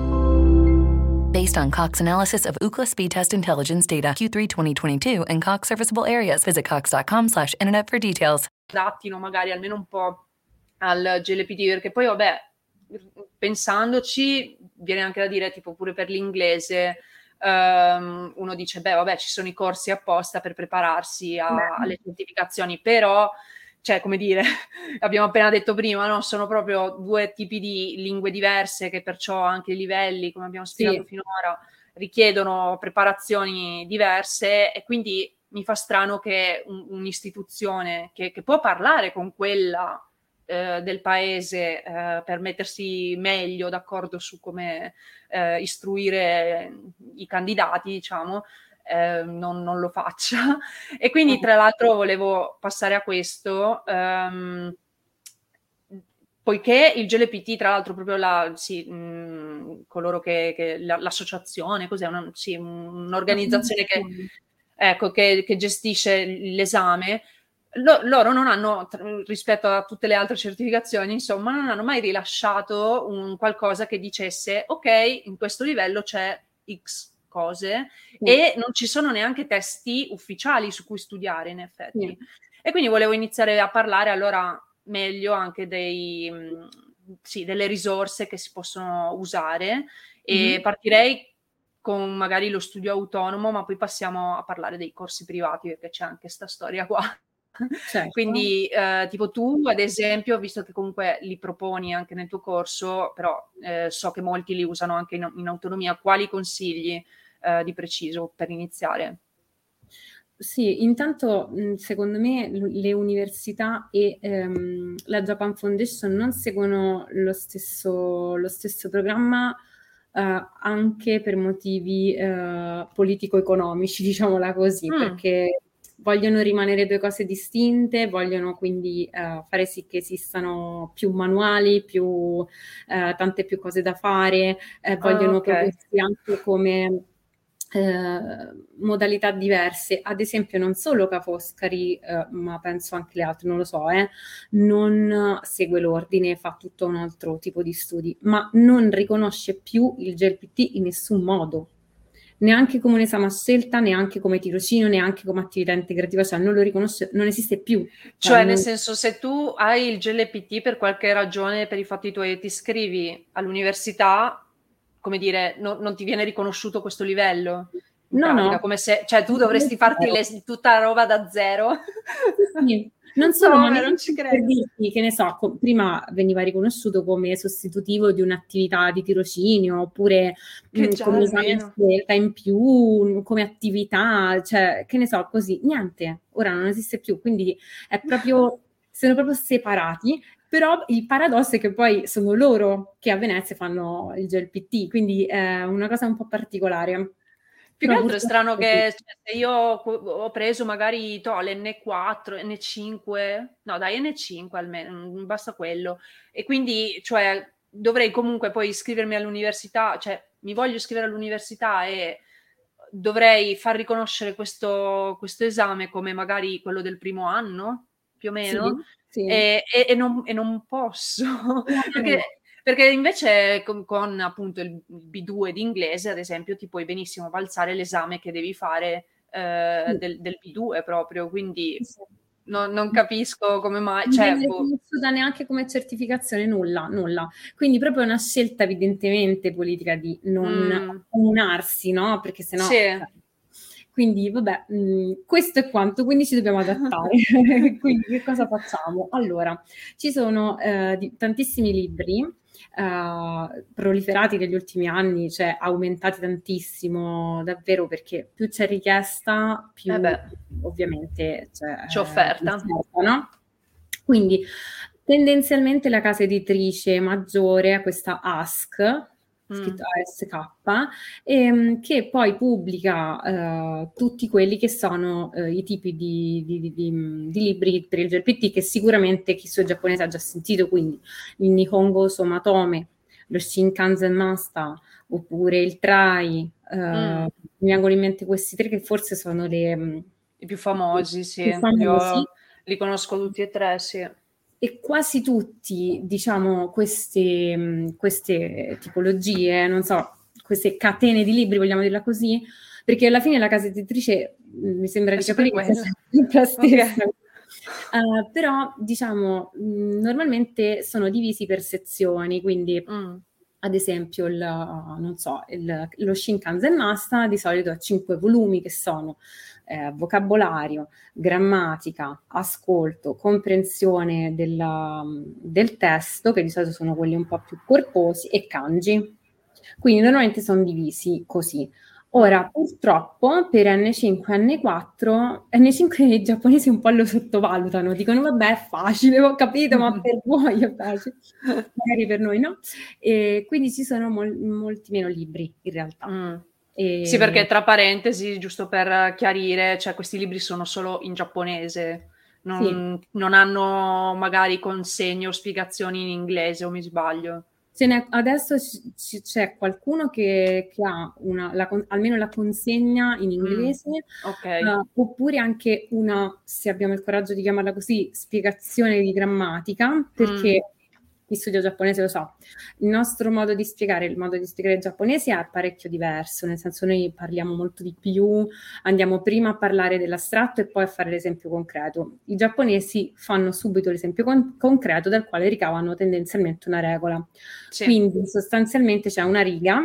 Based on Cox analysis of Ookla speed test intelligence data Q three twenty twenty-two and Cox serviceable areas. Visit cox.com slash internet for details. adattino magari almeno un po' al G L P T, perché poi vabbè, pensandoci viene anche da dire tipo pure per l'inglese um, uno dice beh vabbè ci sono i corsi apposta per prepararsi a, alle certificazioni, però cioè come dire abbiamo appena detto prima, no? Sono proprio due tipi di lingue diverse che perciò anche i livelli, come abbiamo spiegato Sì. finora, richiedono preparazioni diverse e quindi mi fa strano che un, un'istituzione che, che può parlare con quella eh, del paese eh, per mettersi meglio d'accordo su come eh, istruire i candidati, diciamo, eh, non, non lo faccia. E quindi, tra l'altro, volevo passare a questo. Um, poiché il G L P T, tra l'altro, proprio la, sì, mh, coloro che, che la, l'associazione, cos'è? Una, sì, un'organizzazione che, ecco, che, che gestisce l'esame, lo, loro non hanno, rispetto a tutte le altre certificazioni, insomma, non hanno mai rilasciato un qualcosa che dicesse, ok, in questo livello c'è X cose Sì. e non ci sono neanche testi ufficiali su cui studiare, in effetti. Sì. E quindi volevo iniziare a parlare allora meglio anche dei, sì, delle risorse che si possono usare e Mm-hmm. partirei con magari lo studio autonomo, ma poi passiamo a parlare dei corsi privati perché c'è anche sta storia qua. Certo. Quindi eh, tipo tu ad esempio, visto che comunque li proponi anche nel tuo corso, però eh, so che molti li usano anche in, in autonomia, quali consigli eh, di preciso per iniziare? Sì, intanto secondo me le università e ehm, la Japan Foundation non seguono lo stesso, lo stesso programma eh, anche per motivi eh, politico-economici, diciamola così, Mm. perché vogliono rimanere due cose distinte, vogliono quindi eh, fare sì che esistano più manuali, più, eh, tante più cose da fare, eh, vogliono Ah, ok. proporsi anche come Eh, modalità diverse, ad esempio non solo Ca' Foscari, eh, ma penso anche le altre, non lo so, eh, non segue l'ordine, fa tutto un altro tipo di studi, ma non riconosce più il G L P T in nessun modo, neanche come un esame a scelta, neanche come tirocinio, neanche come attività integrativa, cioè non lo riconosce, non esiste più. Cioè, non... nel senso, se tu hai il G L P T per qualche ragione, per i fatti tuoi, e ti iscrivi all'università, come dire, no, non ti viene riconosciuto questo livello? In No, pratica, no. come se, cioè, tu dovresti farti le, tutta la roba da zero. Sì, non sono No, ma non neanche ci per credo. dirti, che ne so, co- prima veniva riconosciuto come sostitutivo di un'attività di tirocinio, oppure Che mh, già come esame in almeno. scelta in più, come attività, cioè, che ne so, così, niente, ora non esiste più, quindi è proprio, sono proprio separati, però il paradosso è che poi sono loro che a Venezia fanno il G L P T, quindi è una cosa un po' particolare. Più che Però altro è purtroppo strano è così. che cioè, se io ho co ho preso magari toh, l'N quattro, N cinque, no dai N cinque almeno, mhmm, basta quello. E quindi, cioè, dovrei comunque poi iscrivermi all'università, cioè mi voglio iscrivere all'università e dovrei far riconoscere questo questo esame come magari quello del primo anno, più o Sì, meno, sì. e e e non e non posso, No, no, perché no. perché invece con con appunto il B due di inglese, ad esempio, ti puoi benissimo balzare l'esame che devi fare, ehm, Sì. del del B due proprio, quindi Sì, sì. non non capisco come mai, Non cioè viene boh. riconosciuta neanche come certificazione, nulla, nulla. Quindi proprio una scelta evidentemente politica di non Mh. accomunarsi, no, perché se no Sì. cioè quindi vabbè, mhmm, questo è quanto, quindi ci dobbiamo adattare. Quindi che cosa facciamo? Allora, ci sono, ehm, di tantissimi libri, ehm, proliferati negli ultimi anni, cioè aumentati tantissimo davvero, perché più c'è richiesta, Eh più beh, ovviamente c'è, c'è ehm, offerta. offerta, no, quindi tendenzialmente la casa editrice maggiore è questa Ask, Mh. scritto A S K, ehm, che poi pubblica, ehm, tutti quelli che sono, ehm, i tipi di di di di mhmm, di libri per il G L P T che sicuramente chi studia giapponese ha già sentito, quindi il Nihongo Somatome, lo Shinkansen Masta, oppure il Trai, ehm, Mh. mi vengono in mente questi tre che forse sono le mhmm, I più i più famosi, sì. più Li famosi. ho li conosco tutti e tre, sì. E quasi tutti, diciamo, queste, mhmm, queste tipologie, non so, queste catene di libri, vogliamo dirla così, perché alla fine la casa editrice, mhmm, mi sembra È di sempre capire che sia quella. sempre la Okay. stessa. Uhm, però diciamo, mhmm, normalmente sono divisi per sezioni, quindi Mh. ad esempio il non so, il lo Shinkansen Masta di solito ha cinque volumi che sono, ehm, vocabolario, grammatica, ascolto, comprensione della mhmm, del testo, che di solito sono quelli un po' più corposi, e kanji. Quindi normalmente son divisi così. Mh. Ora purtroppo per N cinque e N quattro N cinque i giapponesi un po' lo sottovalutano, dicono: "Vabbè è facile, ho capito, ma per voi è facile, magari per noi no". E quindi ci sono mol molti meno libri in realtà. Mh. Sì, Ehm perché tra parentesi, giusto per chiarire, cioè questi libri sono solo in giapponese, sì. non non hanno magari consegne o spiegazioni in inglese, o mi sbaglio? Ce n'è adesso c c c'è qualcuno che che ha una la con almeno la consegna in Mh. inglese, Okay. uhm, oppure anche una, se abbiamo il coraggio di chiamarla così, spiegazione di grammatica, Mh. perché chi studia giapponese lo sa. Il nostro modo di spiegare, il modo di spiegare il giapponese è parecchio diverso, nel senso noi parliamo molto di più, andiamo prima a parlare dell'astratto e poi a fare l'esempio concreto. I giapponesi fanno subito l'esempio con concreto dal quale ricavano tendenzialmente una regola. Sì. Quindi sostanzialmente c'è una riga,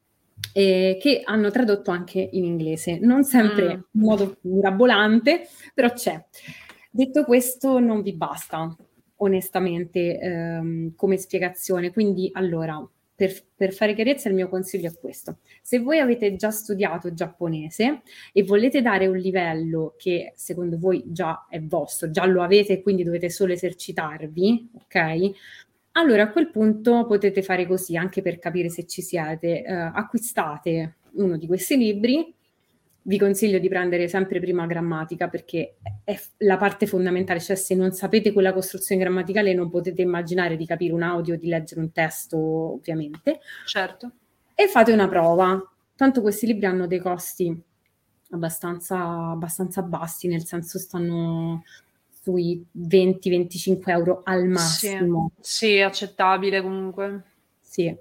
ehm, che hanno tradotto anche in inglese, non Mh. sempre in modo mirabolante, però c'è. Detto questo non vi basta onestamente, ehm, come spiegazione. Quindi allora, per f per fare chiarezza il mio consiglio è questo: se voi avete già studiato giapponese e volete dare un livello che secondo voi già è vostro, già lo avete e quindi dovete solo esercitarvi, okay, allora a quel punto potete fare così, anche per capire se ci siete: ehm, acquistate uno di questi libri, vi consiglio di prendere sempre prima grammatica perché è è f la parte fondamentale, cioè se non sapete quella costruzione grammaticale non potete immaginare di capire un audio, di leggere un testo ovviamente. Certo. E fate una prova. Tanto questi libri hanno dei costi abbastanza abbastanza bassi, nel senso stanno sui venti venticinque euro al Sì, massimo. sì, accettabile comunque. Sì.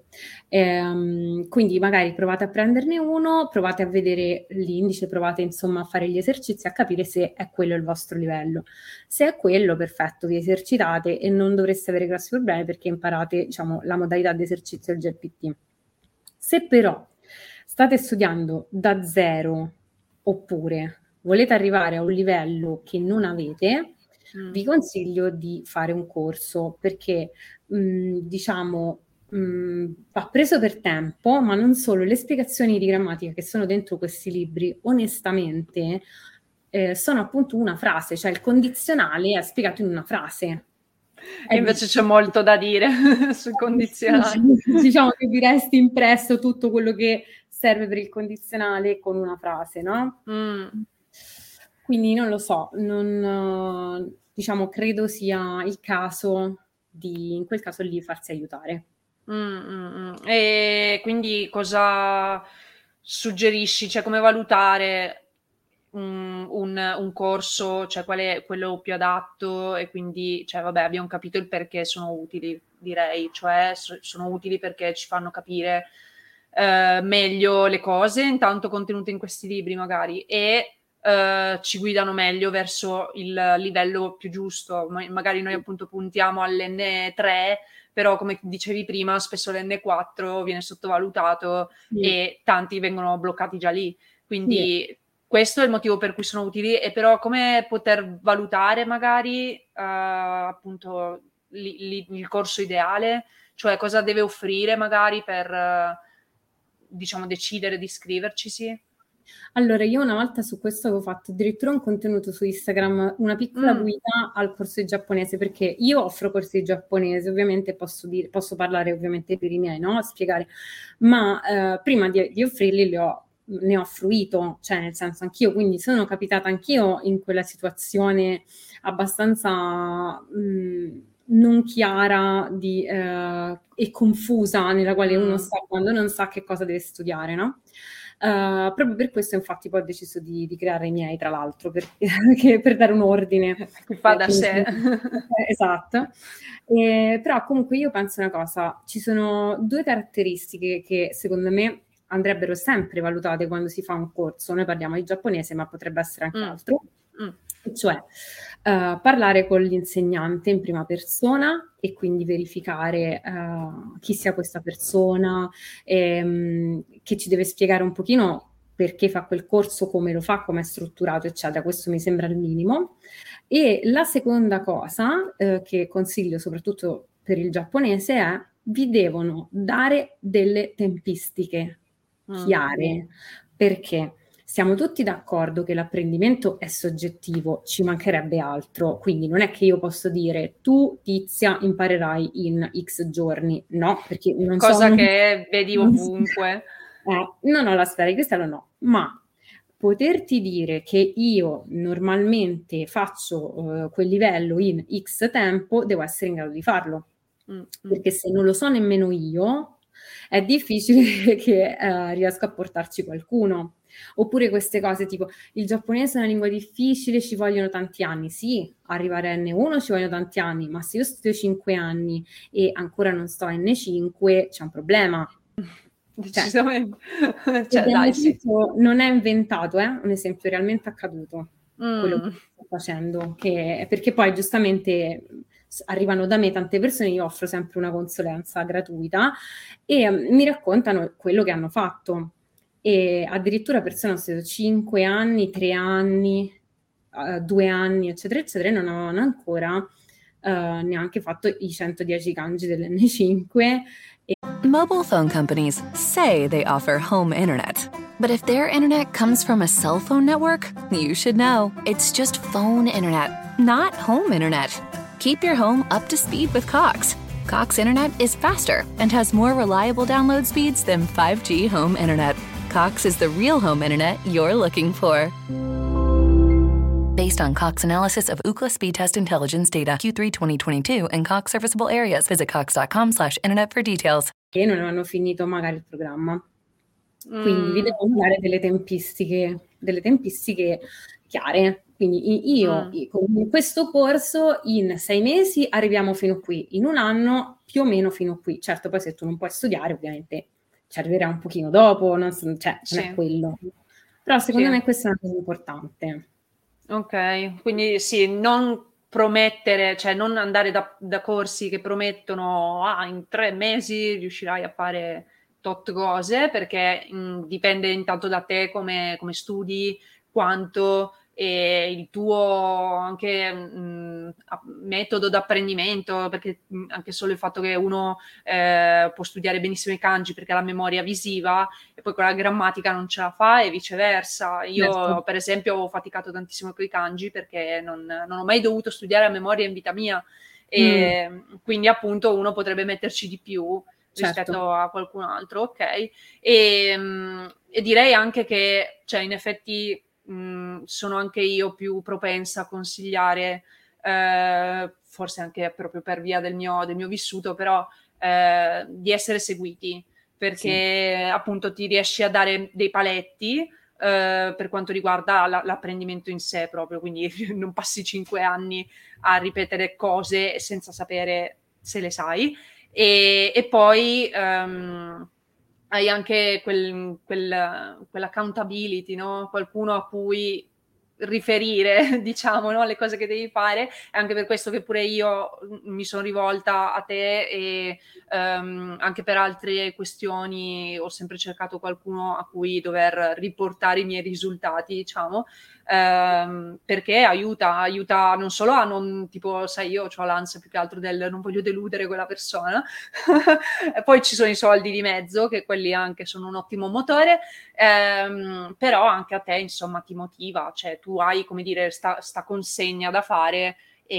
Ehm, quindi magari provate a prenderne uno, provate a vedere l'indice, provate insomma a fare gli esercizi, a capire se è quello il vostro livello. Se è quello, perfetto, vi esercitate e non dovreste avere grossi problemi perché imparate, diciamo, la modalità di esercizio del G P T. Se però state studiando da zero, oppure volete arrivare a un livello che non avete, mm. vi consiglio di fare un corso perché, mh, diciamo, mh, va preso per tempo, ma non solo, le spiegazioni di grammatica che sono dentro questi libri, onestamente, eh, sono appunto una frase, cioè il condizionale è spiegato in una frase. E invece c'è molto da dire sul condizionale. Diciamo che vi resti impresso tutto quello che serve per il condizionale con una frase, no? Mm. Quindi non lo so, non, diciamo, credo sia il caso di, in quel caso lì, farsi aiutare. Mm, mm, mm. E quindi cosa suggerisci? Cioè, come valutare un, un, un corso? Cioè, qual è quello più adatto? E quindi, cioè, vabbè, abbiamo capito il perché sono utili, direi. Cioè, so, sono utili perché ci fanno capire eh, meglio le cose, intanto contenute in questi libri magari, e eh, ci guidano meglio verso il livello più giusto. Magari noi appunto puntiamo all'N tre, però come dicevi prima spesso l'N quattro viene sottovalutato, sì, e tanti vengono bloccati già lì, quindi sì, questo è il motivo per cui sono utili. E però come poter valutare magari uh, appunto li, li, il corso ideale, cioè cosa deve offrire magari per uh, diciamo decidere di iscriverci? Sì. Allora, io una volta su questo avevo fatto addirittura un contenuto su Instagram, una piccola mm. guida al corso di giapponese, perché io offro corsi di giapponese, ovviamente posso dire, posso parlare ovviamente per i miei, no? Spiegare, ma eh, prima di, di offrirli li ho, ne ho fruito, cioè nel senso anch'io, quindi sono capitata anch'io in quella situazione abbastanza mh, non chiara di, eh, e confusa, nella quale mm. uno sta quando non sa che cosa deve studiare, no? Uh, proprio per questo infatti poi ho deciso di, di creare i miei, tra l'altro, per, per dare un ordine. Che fa da sé. Esatto. E, però comunque io penso una cosa, ci sono due caratteristiche che secondo me andrebbero sempre valutate quando si fa un corso. Noi parliamo di giapponese, ma potrebbe essere anche mm. altro. Mm. Cioè uh, parlare con l'insegnante in prima persona e quindi verificare uh, chi sia questa persona, ehm, che ci deve spiegare un pochino perché fa quel corso, come lo fa, come è strutturato, eccetera. Questo mi sembra il minimo. E la seconda cosa eh, che consiglio soprattutto per il giapponese è: vi devono dare delle tempistiche chiare, mm. perché siamo tutti d'accordo che l'apprendimento è soggettivo, ci mancherebbe altro, quindi non è che io posso dire tu, Tizia, imparerai in X giorni, no, perché non cosa so... Cosa che vedi ovunque. Eh, non ho la sfera di cristallo, no, ma poterti dire che io normalmente faccio uh, quel livello in X tempo, devo essere in grado di farlo, mm-hmm. perché se non lo so nemmeno io, è difficile che uh, riesca a portarci qualcuno. Oppure queste cose tipo il giapponese è una lingua difficile, ci vogliono tanti anni. Sì, arrivare a N uno ci vogliono tanti anni, ma se io studio cinque anni e ancora non sto a N cinque, c'è un problema. Decisamente. Cioè, cioè, dai, sì. Non è inventato, è eh? un esempio realmente accaduto, mm. quello che sto facendo, che, perché poi giustamente arrivano da me tante persone, io offro sempre una consulenza gratuita e um, mi raccontano quello che hanno fatto. E addirittura persone hanno studiato cinque anni, tre anni, uh, due anni, eccetera, eccetera, e non avevano ancora uh, neanche fatto i centodieci kanji dell'N cinque. E... Mobile phone companies say they offer home internet. But if their internet comes from a cell phone network, you should know. It's just phone internet, not home internet. Keep your home up to speed with Cox. Cox Internet is faster and has more reliable download speeds than five G home internet. Cox is the real home internet you're looking for. Based on Cox analysis of Ookla speed test intelligence data Q three twenty twenty-two and Cox serviceable areas. Visit cox.com slash internet for details. Che non hanno finito magari il programma. Quindi mm. vi devono dare delle tempistiche, delle tempistiche chiare. Quindi io mm. con questo corso in sei mesi arriviamo fino qui, in un anno più o meno fino qui. Certo, poi se tu non puoi studiare, ovviamente ci arriverà un pochino dopo, non, cioè, sì. non è quello. Però secondo sì. me questa è una cosa importante. Ok, quindi sì, non promettere, cioè non andare da, da corsi che promettono ah, in tre mesi riuscirai a fare tot cose, perché mh, dipende intanto da te come, come studi, quanto e il tuo anche mh, metodo d'apprendimento, perché mh, anche solo il fatto che uno eh, può studiare benissimo i kanji perché ha la memoria visiva e poi con la grammatica non ce la fa e viceversa. Io Certo. per esempio ho faticato tantissimo con i kanji perché non, non ho mai dovuto studiare a memoria in vita mia e mm. quindi appunto uno potrebbe metterci di più rispetto certo. a qualcun altro, ok? E, mh, e direi anche che, cioè, in effetti mh, sono anche io più propensa a consigliare, eh, forse anche proprio per via del mio, del mio vissuto, però eh, di essere seguiti, perché sì. appunto ti riesci a dare dei paletti eh, per quanto riguarda la, l'apprendimento in sé proprio, quindi non passi cinque anni a ripetere cose senza sapere se le sai. E, e poi um, hai anche quel, quel, quell'accountability, no? Qualcuno a cui riferire, diciamo, no? Le cose che devi fare. È anche per questo che pure io mi sono rivolta a te e um, anche per altre questioni ho sempre cercato qualcuno a cui dover riportare i miei risultati, diciamo, um, perché aiuta, aiuta non solo a non, tipo, sai, io ho l'ansia più che altro del non voglio deludere quella persona, e poi ci sono i soldi di mezzo, che quelli anche sono un ottimo motore, ehm, però anche a te, insomma, ti motiva, cioè tu hai, come dire, sta, sta consegna da fare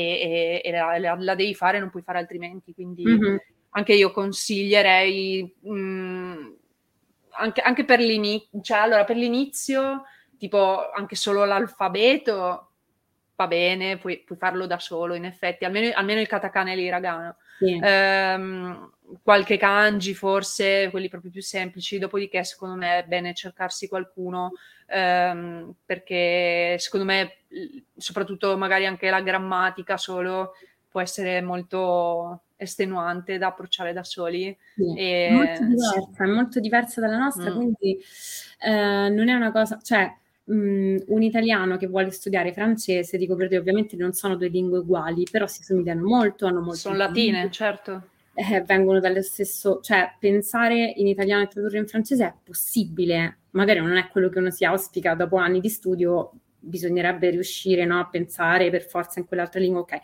e, e, e la, la, la devi fare, non puoi fare altrimenti, quindi mm-hmm. anche io consiglierei, mh, anche, anche per l'inizio, cioè allora per l'inizio, tipo anche solo l'alfabeto va bene, puoi, puoi farlo da solo, in effetti, almeno, almeno il katakana e l'hiragana. Sì. Ehm, qualche kanji forse, quelli proprio più semplici, dopodiché secondo me è bene cercarsi qualcuno, ehm, perché secondo me soprattutto magari anche la grammatica solo può essere molto estenuante da approcciare da soli. Sì. E, è molto diversa, sì. è molto diversa dalla nostra, mm. quindi eh, non è una cosa, cioè um, un italiano che vuole studiare francese, dico per te, ovviamente non sono due lingue uguali, però si somigliano molto, hanno molto sono latine, lingue. Certo. Eh, vengono dallo stesso, cioè pensare in italiano e tradurre in francese è possibile, magari non è quello che uno si auspica dopo anni di studio, bisognerebbe riuscire, no, a pensare per forza in quell'altra lingua, ok,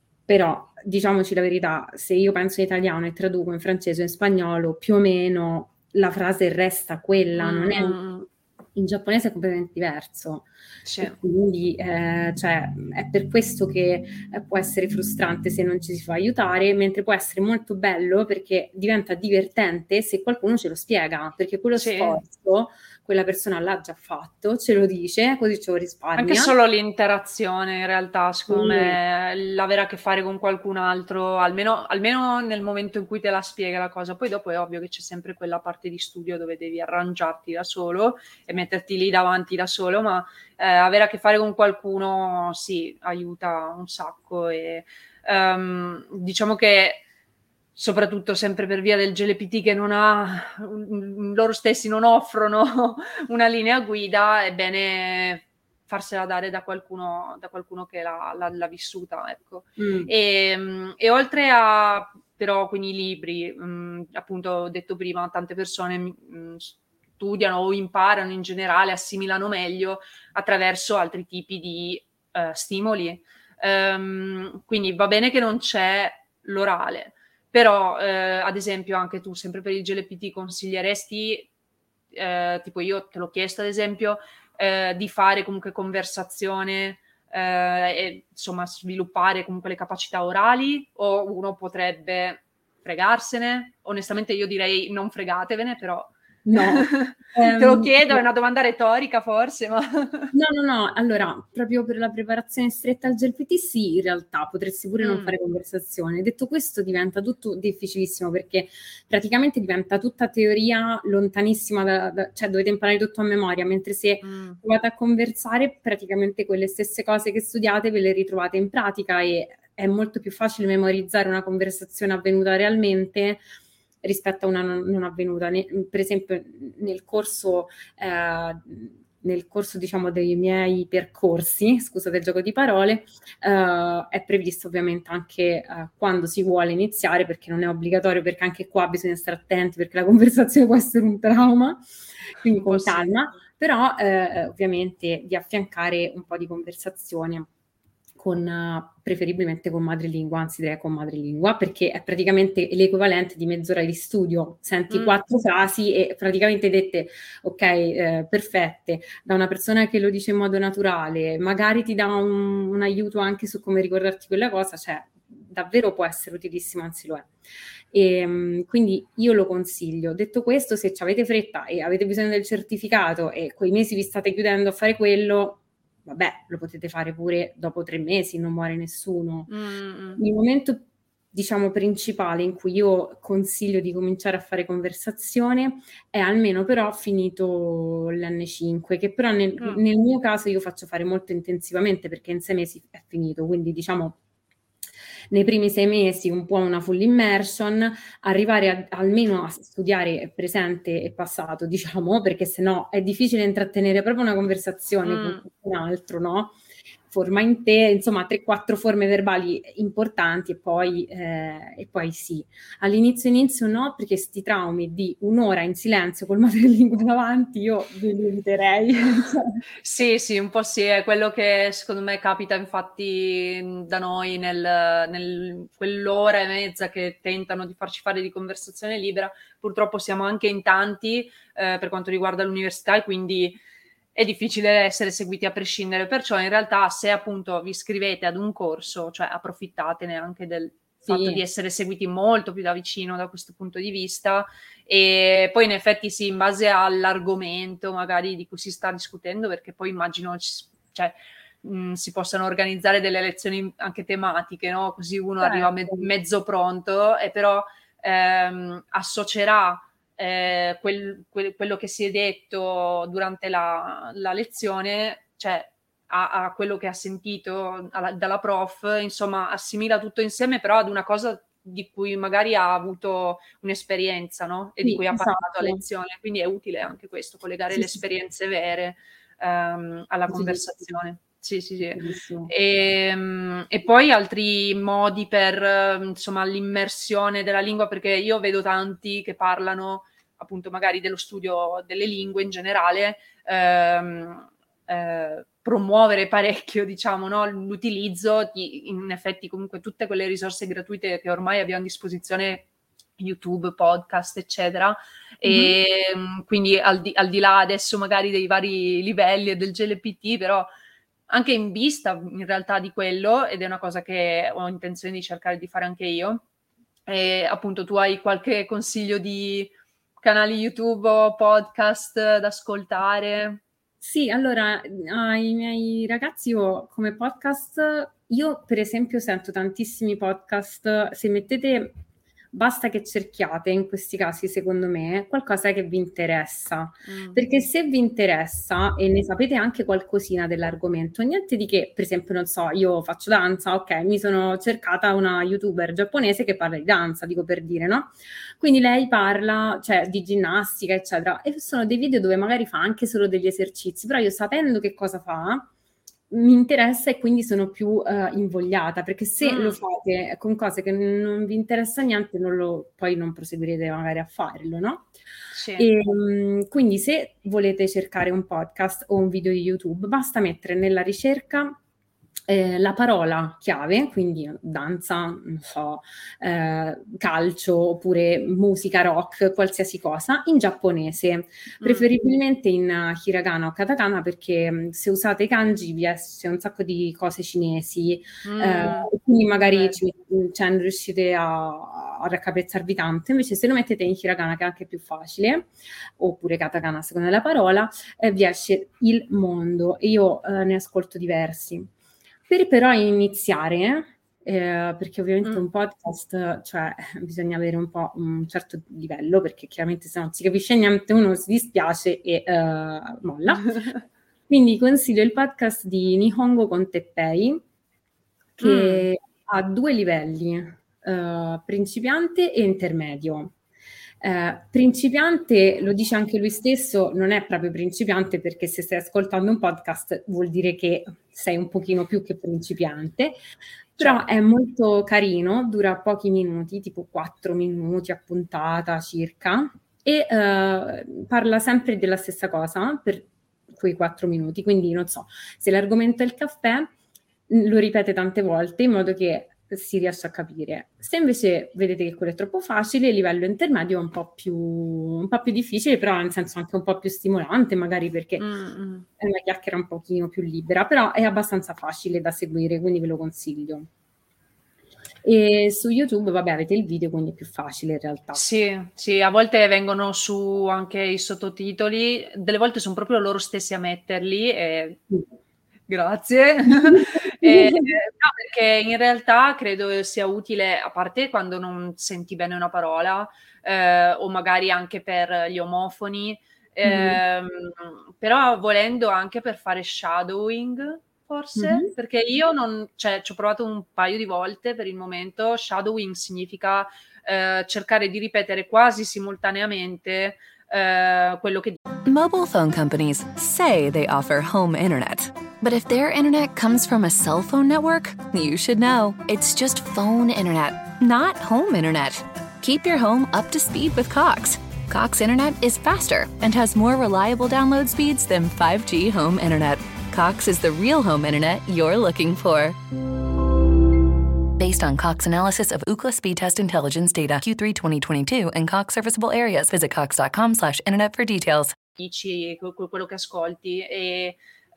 però diciamoci la verità, se io penso in italiano e traduco in francese o in spagnolo, più o meno la frase resta quella, mm. non è un... in giapponese è completamente diverso. Sì. E quindi eh, cioè, è per questo che eh, può essere frustrante se non ci si fa aiutare, mentre può essere molto bello perché diventa divertente se qualcuno ce lo spiega, perché quello sì. sforzo quella persona l'ha già fatto, ce lo dice, così ce lo risparmia. Anche solo l'interazione in realtà, secondo sì. me, l'avere a che fare con qualcun altro, almeno, almeno nel momento in cui te la spiega la cosa. Poi dopo è ovvio che c'è sempre quella parte di studio dove devi arrangiarti da solo e metterti lì davanti da solo, ma eh, avere a che fare con qualcuno sì, aiuta un sacco e um, diciamo che soprattutto sempre per via del G L P T che non ha, loro stessi non offrono una linea guida, è bene farsela dare da qualcuno, da qualcuno che l'ha, l'ha, l'ha vissuta, ecco. Mm. E, e oltre a però quindi i libri, mh, appunto ho detto prima, tante persone mh, studiano o imparano in generale, assimilano meglio attraverso altri tipi di uh, stimoli. Um, quindi va bene che non c'è l'orale, però eh, ad esempio anche tu sempre per il G L P T consiglieresti, eh, tipo io te l'ho chiesto ad esempio, eh, di fare comunque conversazione eh, e insomma sviluppare comunque le capacità orali, o uno potrebbe fregarsene? Onestamente io direi non fregatevene, però no. Te lo chiedo, è una domanda retorica forse, ma... No, no, no, allora, proprio per la preparazione stretta al G L P T sì, in realtà, potresti pure mm. non fare conversazione. Detto questo diventa tutto difficilissimo, perché praticamente diventa tutta teoria lontanissima, da, da, cioè dovete imparare tutto a memoria, mentre se mm. provate a conversare, praticamente quelle stesse cose che studiate ve le ritrovate in pratica e è molto più facile memorizzare una conversazione avvenuta realmente rispetto a una non, non avvenuta. Ne, per esempio nel corso, eh, nel corso, diciamo, dei miei percorsi, scusate il gioco di parole, uh, è previsto ovviamente anche uh, quando si vuole iniziare, perché non è obbligatorio, perché anche qua bisogna stare attenti, perché la conversazione può essere un trauma, quindi con calma, però eh, ovviamente di affiancare un po' di conversazione con, uh, preferibilmente con madrelingua, anzi direi con madrelingua, perché è praticamente l'equivalente di mezz'ora di studio, senti mm. quattro frasi e praticamente dette, ok, eh, perfette, da una persona che lo dice in modo naturale, magari ti dà un, un aiuto anche su come ricordarti quella cosa, cioè davvero può essere utilissimo, anzi lo è. E, quindi io lo consiglio. Detto questo, se avete fretta e avete bisogno del certificato e quei mesi vi state chiudendo a fare quello, vabbè, lo potete fare pure dopo tre mesi, non muore nessuno. Mm. Il momento, diciamo, principale in cui io consiglio di cominciare a fare conversazione è almeno però finito l'N cinque, che però nel, mm. nel mio caso io faccio fare molto intensivamente, perché in sei mesi è finito, quindi diciamo nei primi sei mesi un po' una full immersion, arrivare a, almeno a studiare presente e passato, diciamo, perché sennò è difficile intrattenere proprio una conversazione mm. con un altro, no? Forma in te, insomma, tre quattro forme verbali importanti e poi, eh, e poi sì. All'inizio inizio no, perché sti traumi di un'ora in silenzio col madrelingua davanti io ve li eviterei. Sì, sì, un po' sì, è quello che secondo me capita infatti da noi nel, nel quell'ora e mezza che tentano di farci fare di conversazione libera. Purtroppo siamo anche in tanti eh, per quanto riguarda l'università e quindi è difficile essere seguiti a prescindere, perciò in realtà se appunto vi iscrivete ad un corso, cioè approfittatene anche del sì. fatto di essere seguiti molto più da vicino da questo punto di vista, e poi in effetti sì, in base all'argomento magari di cui si sta discutendo, perché poi immagino cioè, mh, si possano organizzare delle lezioni anche tematiche, no? Così uno certo. arriva me- mezzo pronto e però ehm, associerà Eh, quel, quel, quello che si è detto durante la, la lezione, cioè a, a quello che ha sentito alla, dalla prof, insomma assimila tutto insieme però ad una cosa di cui magari ha avuto un'esperienza, no? E sì, di cui ha esatto. parlato a lezione, quindi è utile anche questo, collegare sì, le esperienze sì. vere um, alla sì, conversazione. Sì, sì, sì. E, e poi altri modi per insomma l'immersione della lingua, perché io vedo tanti che parlano appunto magari dello studio delle lingue in generale, ehm, eh, promuovere parecchio, diciamo, no? L'utilizzo di, in effetti, comunque tutte quelle risorse gratuite che ormai abbiamo a disposizione, YouTube, podcast, eccetera, e mm-hmm. quindi al di, al di là adesso magari dei vari livelli e del G L P T, però anche in vista in realtà di quello, ed è una cosa che ho intenzione di cercare di fare anche io. E appunto tu hai qualche consiglio di canali YouTube o podcast da ascoltare? Sì, allora ai miei ragazzi io come podcast, io per esempio sento tantissimi podcast, se mettete basta che cerchiate in questi casi, secondo me, qualcosa che vi interessa, mm. perché se vi interessa e ne sapete anche qualcosina dell'argomento, niente di che, per esempio, non so, io faccio danza, ok, mi sono cercata una youtuber giapponese che parla di danza, dico per dire, no? Quindi lei parla, cioè, di ginnastica, eccetera, e sono dei video dove magari fa anche solo degli esercizi, però io sapendo che cosa fa, mi interessa e quindi sono più uh, invogliata, perché se mm. lo fate con cose che non vi interessa niente, non lo, poi non proseguirete magari a farlo, no? Sì. E, um, quindi se volete cercare un podcast o un video di YouTube, basta mettere nella ricerca Eh, la parola chiave, quindi danza, non so, eh, calcio oppure musica rock, qualsiasi cosa, in giapponese, preferibilmente in hiragana o katakana, perché se usate i kanji vi esce un sacco di cose cinesi, mm. eh, quindi magari ci, cioè, non riuscite a, a raccapezzarvi tanto. Invece se lo mettete in hiragana, che è anche più facile, oppure katakana secondo la parola, eh, vi esce il mondo, e io eh, ne ascolto diversi. Per però iniziare, eh, perché ovviamente mm. un podcast, cioè bisogna avere un po' un certo livello, perché chiaramente se non si capisce niente uno si dispiace e uh, molla. Quindi consiglio il podcast di Nihongo con Teppei, che mm. ha due livelli, uh, principiante e intermedio. Eh, principiante, lo dice anche lui stesso, non è proprio principiante, perché se stai ascoltando un podcast vuol dire che sei un pochino più che principiante, però Certo. è molto carino, dura pochi minuti, tipo quattro minuti a puntata circa, e eh, parla sempre della stessa cosa per quei quattro minuti, quindi non so, se l'argomento è il caffè, mh, lo ripete tante volte in modo che si riesce a capire. Se invece vedete che quello è troppo facile, il livello intermedio è un po' più, un po' più difficile, però nel senso anche un po' più stimolante, magari perché Mm-mm. è una chiacchiera un pochino più libera, però è abbastanza facile da seguire, quindi ve lo consiglio. E su YouTube, vabbè, avete il video, quindi è più facile in realtà. Sì, sì, a volte vengono su anche i sottotitoli, delle volte sono proprio loro stessi a metterli e grazie. E, no, perché in realtà credo sia utile, a parte quando non senti bene una parola, eh, o magari anche per gli omofoni, ehm, però volendo anche per fare shadowing, forse, Mhm. perché io non, cioè, ci ho provato un paio di volte per il momento. Shadowing significa eh, cercare di ripetere quasi simultaneamente eh, quello che Mobile phone companies say they offer home internet. But if their internet comes from a cell phone network, you should know. It's just phone internet, not home internet. Keep your home up to speed with Cox. Cox internet is faster and has more reliable download speeds than five G home internet. Cox is the real home internet you're looking for. Based on Cox analysis of Ookla speed test intelligence data Q three twenty twenty-two and Cox serviceable areas, visit cox.com slash internet for details. dici, quello che ascolti, e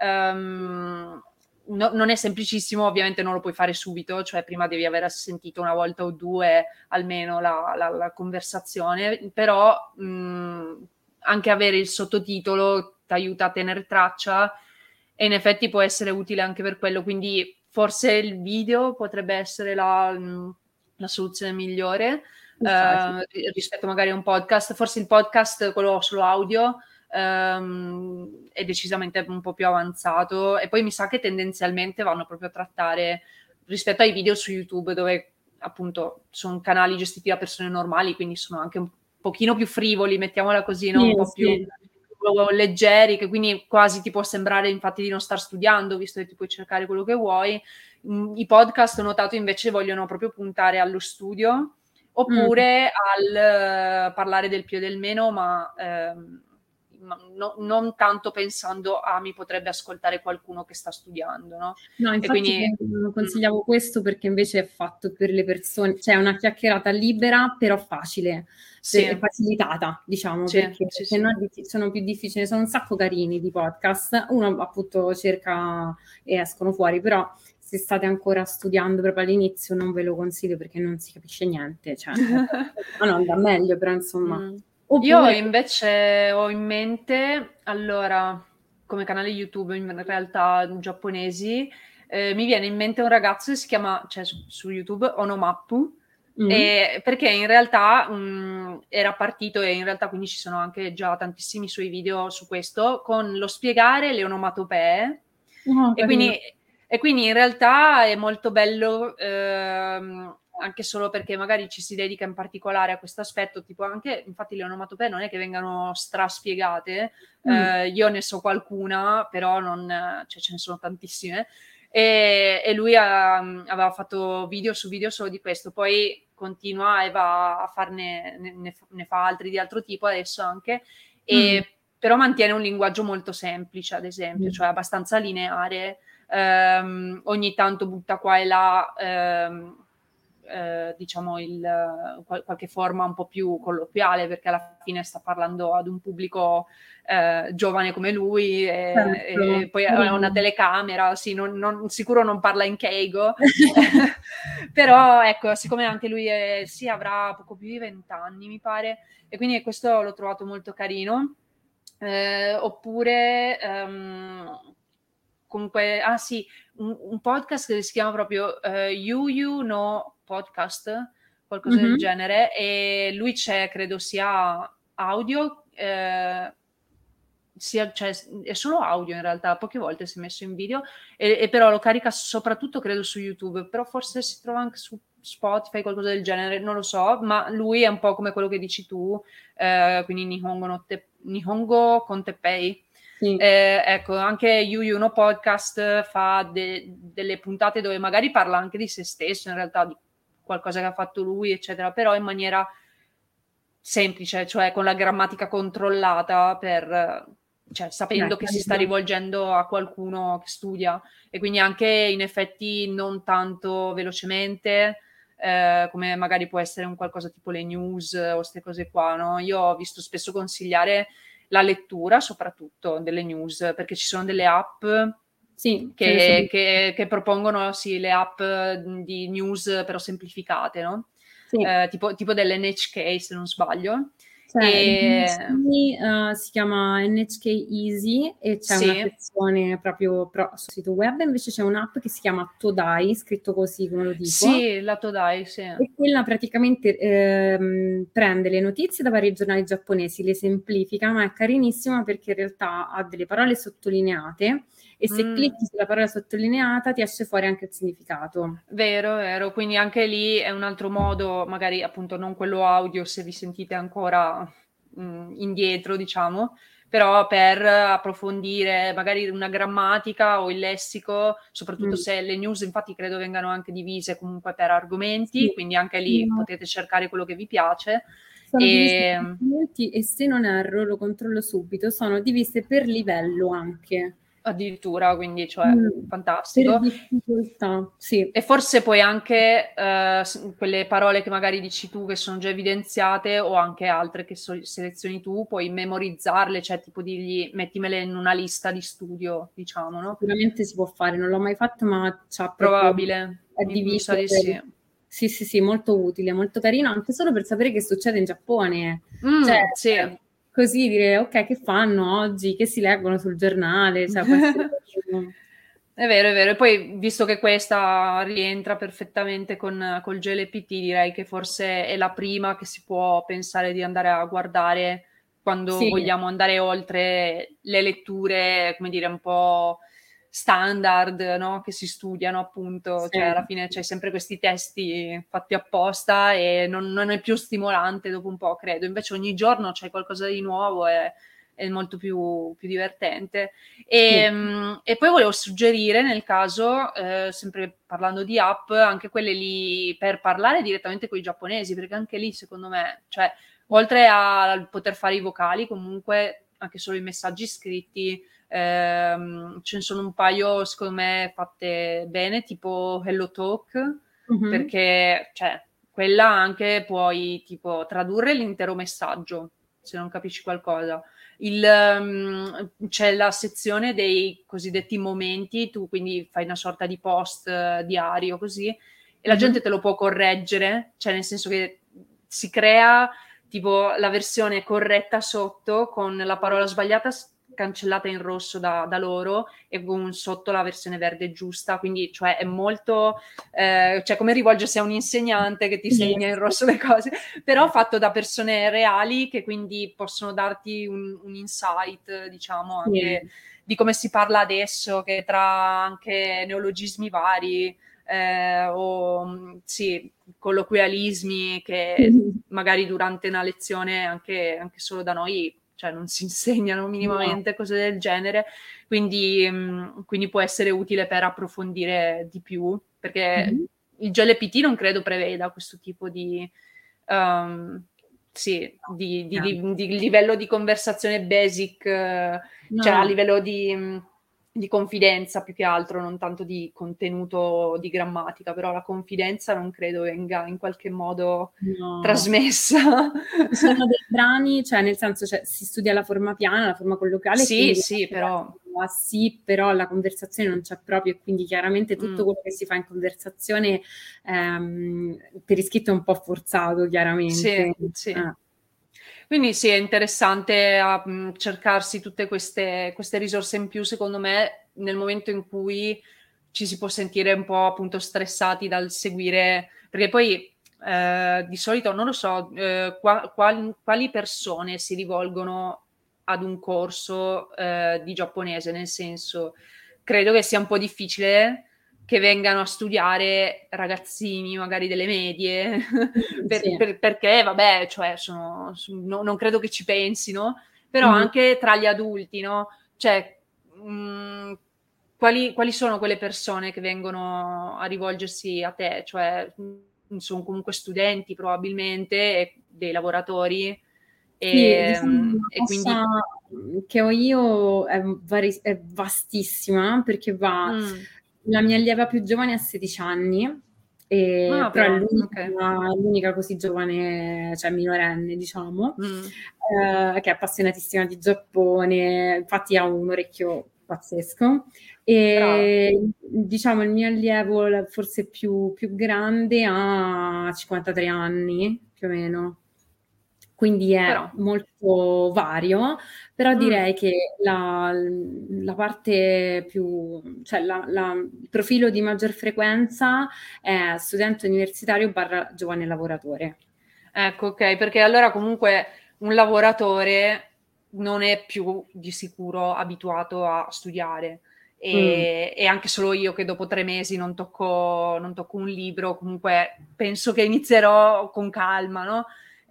um, no, non è semplicissimo, ovviamente non lo puoi fare subito, cioè prima devi aver sentito una volta o due almeno la, la, la conversazione, però mh, anche avere il sottotitolo ti aiuta a tenere traccia e in effetti può essere utile anche per quello, quindi forse il video potrebbe essere la, la soluzione migliore eh, rispetto magari a un podcast. Forse il podcast, quello solo audio, Um, è decisamente un po' più avanzato, e poi mi sa che tendenzialmente vanno proprio a trattare, rispetto ai video su YouTube dove appunto sono canali gestiti da persone normali, quindi sono anche un pochino più frivoli, mettiamola così, no? Sì, Un po' sì. più leggeri, che quindi quasi ti può sembrare infatti di non star studiando, visto che ti puoi cercare quello che vuoi. I podcast, ho notato, invece vogliono proprio puntare allo studio oppure mm. al uh, parlare del più e del meno, ma ehm, No, non tanto pensando a ah, mi potrebbe ascoltare qualcuno che sta studiando, no? No, infatti e quindi consigliavo questo perché invece è fatto per le persone, cioè è una chiacchierata libera però facile, sì. è facilitata, diciamo, sì, perché sì, se sì. no sono più difficili, sono un sacco carini di podcast, uno appunto cerca e escono fuori, però se state ancora studiando proprio all'inizio non ve lo consiglio perché non si capisce niente, cioè no, no, andrà meglio, però insomma. Mm. Oppure... Io invece ho in mente, allora, come canale YouTube in realtà giapponesi, eh, mi viene in mente un ragazzo che si chiama, cioè su, su YouTube, Onomappu, mm. e, perché in realtà mh, era partito, e in realtà quindi ci sono anche già tantissimi suoi video su questo, con lo spiegare le onomatopee, oh, e, quindi, e quindi in realtà è molto bello, ehm, anche solo perché magari ci si dedica in particolare a questo aspetto, tipo anche, infatti le onomatopee non è che vengano straspiegate, mm. eh, io ne so qualcuna, però non, cioè ce ne sono tantissime, e, e lui ha, aveva fatto video su video solo di questo, poi continua e va a farne, ne, ne fa altri di altro tipo adesso anche, e, mm. però mantiene un linguaggio molto semplice, ad esempio, mm. cioè abbastanza lineare, ehm, ogni tanto butta qua e là, ehm, Eh, diciamo il, qual- qualche forma un po' più colloquiale, perché alla fine sta parlando ad un pubblico eh, giovane come lui, e, certo. e poi ha una telecamera, sì, non, non, sicuro non parla in keigo però ecco, siccome anche lui è, sì, avrà poco più di vent'anni mi pare, e quindi questo l'ho trovato molto carino. Eh, oppure um, comunque, ah sì, un, un podcast che si chiama proprio uh, You You No Podcast, qualcosa mm-hmm. del genere, e lui c'è, credo sia audio, eh, sia, cioè, è solo audio in realtà, poche volte si è messo in video, e, e però lo carica soprattutto credo su YouTube, però forse si trova anche su Spotify, qualcosa del genere, non lo so, ma lui è un po' come quello che dici tu, eh, quindi Nihongo, no te, Nihongo con Teppei. Sì. Eh, ecco, anche Yu Yu no Podcast fa de- delle puntate dove magari parla anche di se stesso, in realtà di qualcosa che ha fatto lui, eccetera, però in maniera semplice, cioè con la grammatica controllata, per, cioè sapendo Eh, che si sta capito. rivolgendo a qualcuno che studia, e quindi anche in effetti non tanto velocemente, eh, come magari può essere un qualcosa tipo le news o queste cose qua, no? Io ho visto spesso consigliare la lettura, soprattutto delle news, perché ci sono delle app Sì, ce ne sono. che, che, che propongono sì, le app di news però semplificate, no? Sì. Eh, tipo, tipo dell'N H K, se non sbaglio. Cioè, E... uh, si chiama N H K Easy e c'è sì. una sezione proprio pro, sul sito web, invece c'è un'app che si chiama Todai, scritto così come lo dico. Sì, la Todai, sì. E quella praticamente ehm, prende le notizie da vari giornali giapponesi, le semplifica, ma è carinissima perché in realtà ha delle parole sottolineate e se Mm. clicchi sulla parola sottolineata ti esce fuori anche il significato. Vero, vero, quindi anche lì è un altro modo, magari appunto non quello audio se vi sentite ancora mh, indietro, diciamo, però per approfondire magari una grammatica o il lessico, soprattutto Mm. se le news infatti credo vengano anche divise comunque per argomenti, Sì. quindi anche lì No. potete cercare quello che vi piace. Sono divise E... per argomenti e se non erro, lo controllo subito, sono divise per livello anche. addirittura, quindi cioè Mm. fantastico. Per difficoltà, sì. E forse poi anche eh, quelle parole che magari dici tu che sono già evidenziate o anche altre che so- selezioni tu, puoi memorizzarle, cioè tipo dirgli mettimele in una lista di studio, diciamo, no? Sicuramente si può fare, non l'ho mai fatto, ma c'ha proprio Probabile, è mi, mi sa diviso di per... sì. Sì, sì, sì, molto utile, molto carino, anche solo per sapere che succede in Giappone. Mm, Cioè, sì. così dire, ok, che fanno oggi? Che si leggono sul giornale? Cioè, può essere... È vero, è vero. E poi, visto che questa rientra perfettamente con col G L P T, direi che forse è la prima che si può pensare di andare a guardare quando Sì. vogliamo andare oltre le letture, come dire, un po' standard, no? Che si studiano, appunto. Sì. Cioè, alla fine c'hai sempre questi testi fatti apposta e non, non è più stimolante dopo un po', credo. Invece ogni giorno c'è qualcosa di nuovo e è molto più, più divertente. E, Sì. mh, e poi volevo suggerire, nel caso, eh, sempre parlando di app, anche quelle lì per parlare direttamente con i giapponesi, perché anche lì, secondo me, cioè, oltre a poter fare i vocali, comunque anche solo i messaggi scritti, ehm, ce ne sono un paio, secondo me, fatte bene, tipo Hello Talk, Mhm. perché, cioè, quella anche puoi, tipo, tradurre l'intero messaggio, se non capisci qualcosa. Il, um, c'è la sezione dei cosiddetti momenti, tu quindi fai una sorta di post uh, diario così, e la Mhm. gente te lo può correggere, cioè nel senso che si crea tipo la versione corretta sotto con la parola sbagliata cancellata in rosso da, da loro e con sotto la versione verde giusta, quindi cioè è molto eh, cioè come rivolgersi a un insegnante che ti Sì. segna in rosso le cose, però fatto da persone reali che quindi possono darti un, un insight, diciamo, anche Sì. di come si parla adesso, che tra anche neologismi vari eh, o sì, colloquialismi che magari durante una lezione anche, anche solo da noi, cioè non si insegnano minimamente, no, cose del genere, quindi, mh, quindi può essere utile per approfondire di più, perché mm-hmm. il G L P T non credo preveda questo tipo di, um, sì, di, di, di, di livello di conversazione basic, no, cioè no. a livello di... di confidenza più che altro, non tanto di contenuto di grammatica, però la confidenza non credo venga in qualche modo no. trasmessa. Ci sono dei brani, cioè nel senso cioè, si studia la forma piana, la forma colloquiale. Sì, sì, però... Sì, però la conversazione non c'è proprio e quindi chiaramente tutto mm. quello che si fa in conversazione ehm, per iscritto è un po' forzato, chiaramente. Sì, sì. Eh. Quindi sì, è interessante a, mh, cercarsi tutte queste, queste risorse in più, secondo me, nel momento in cui ci si può sentire un po' appunto stressati dal seguire, perché poi eh, di solito, non lo so, eh, qua, quali, quali persone si rivolgono ad un corso eh, di giapponese, nel senso, credo che sia un po' difficile che vengano a studiare ragazzini magari delle medie, per, Sì. per, perché vabbè, cioè sono, no, non credo che ci pensino, però Mm. anche tra gli adulti, no? Cioè, mh, quali, quali sono quelle persone che vengono a rivolgersi a te? Cioè, mh, sono comunque studenti probabilmente, e dei lavoratori, Sì, e, diciamo che e la quindi... cosa che ho io è, vari- è vastissima, perché va, Mm. la mia allieva più giovane ha sedici anni, e, Ah, però è però, l'unica, ok. l'unica così giovane, cioè minorenne, diciamo, Mm. eh, che è appassionatissima di Giappone, infatti ha un orecchio pazzesco. E diciamo il mio allievo, la- forse più, più grande, ha cinquantatré anni, più o meno. Quindi è Però. molto vario, però Mm. direi che la, la parte più, cioè la, la, il profilo di maggior frequenza è studente universitario barra giovane lavoratore. Ecco, ok, perché allora comunque un lavoratore non è più di sicuro abituato a studiare. Mm. E, e anche solo io che dopo tre mesi non tocco, non tocco un libro, comunque penso che inizierò con calma, no?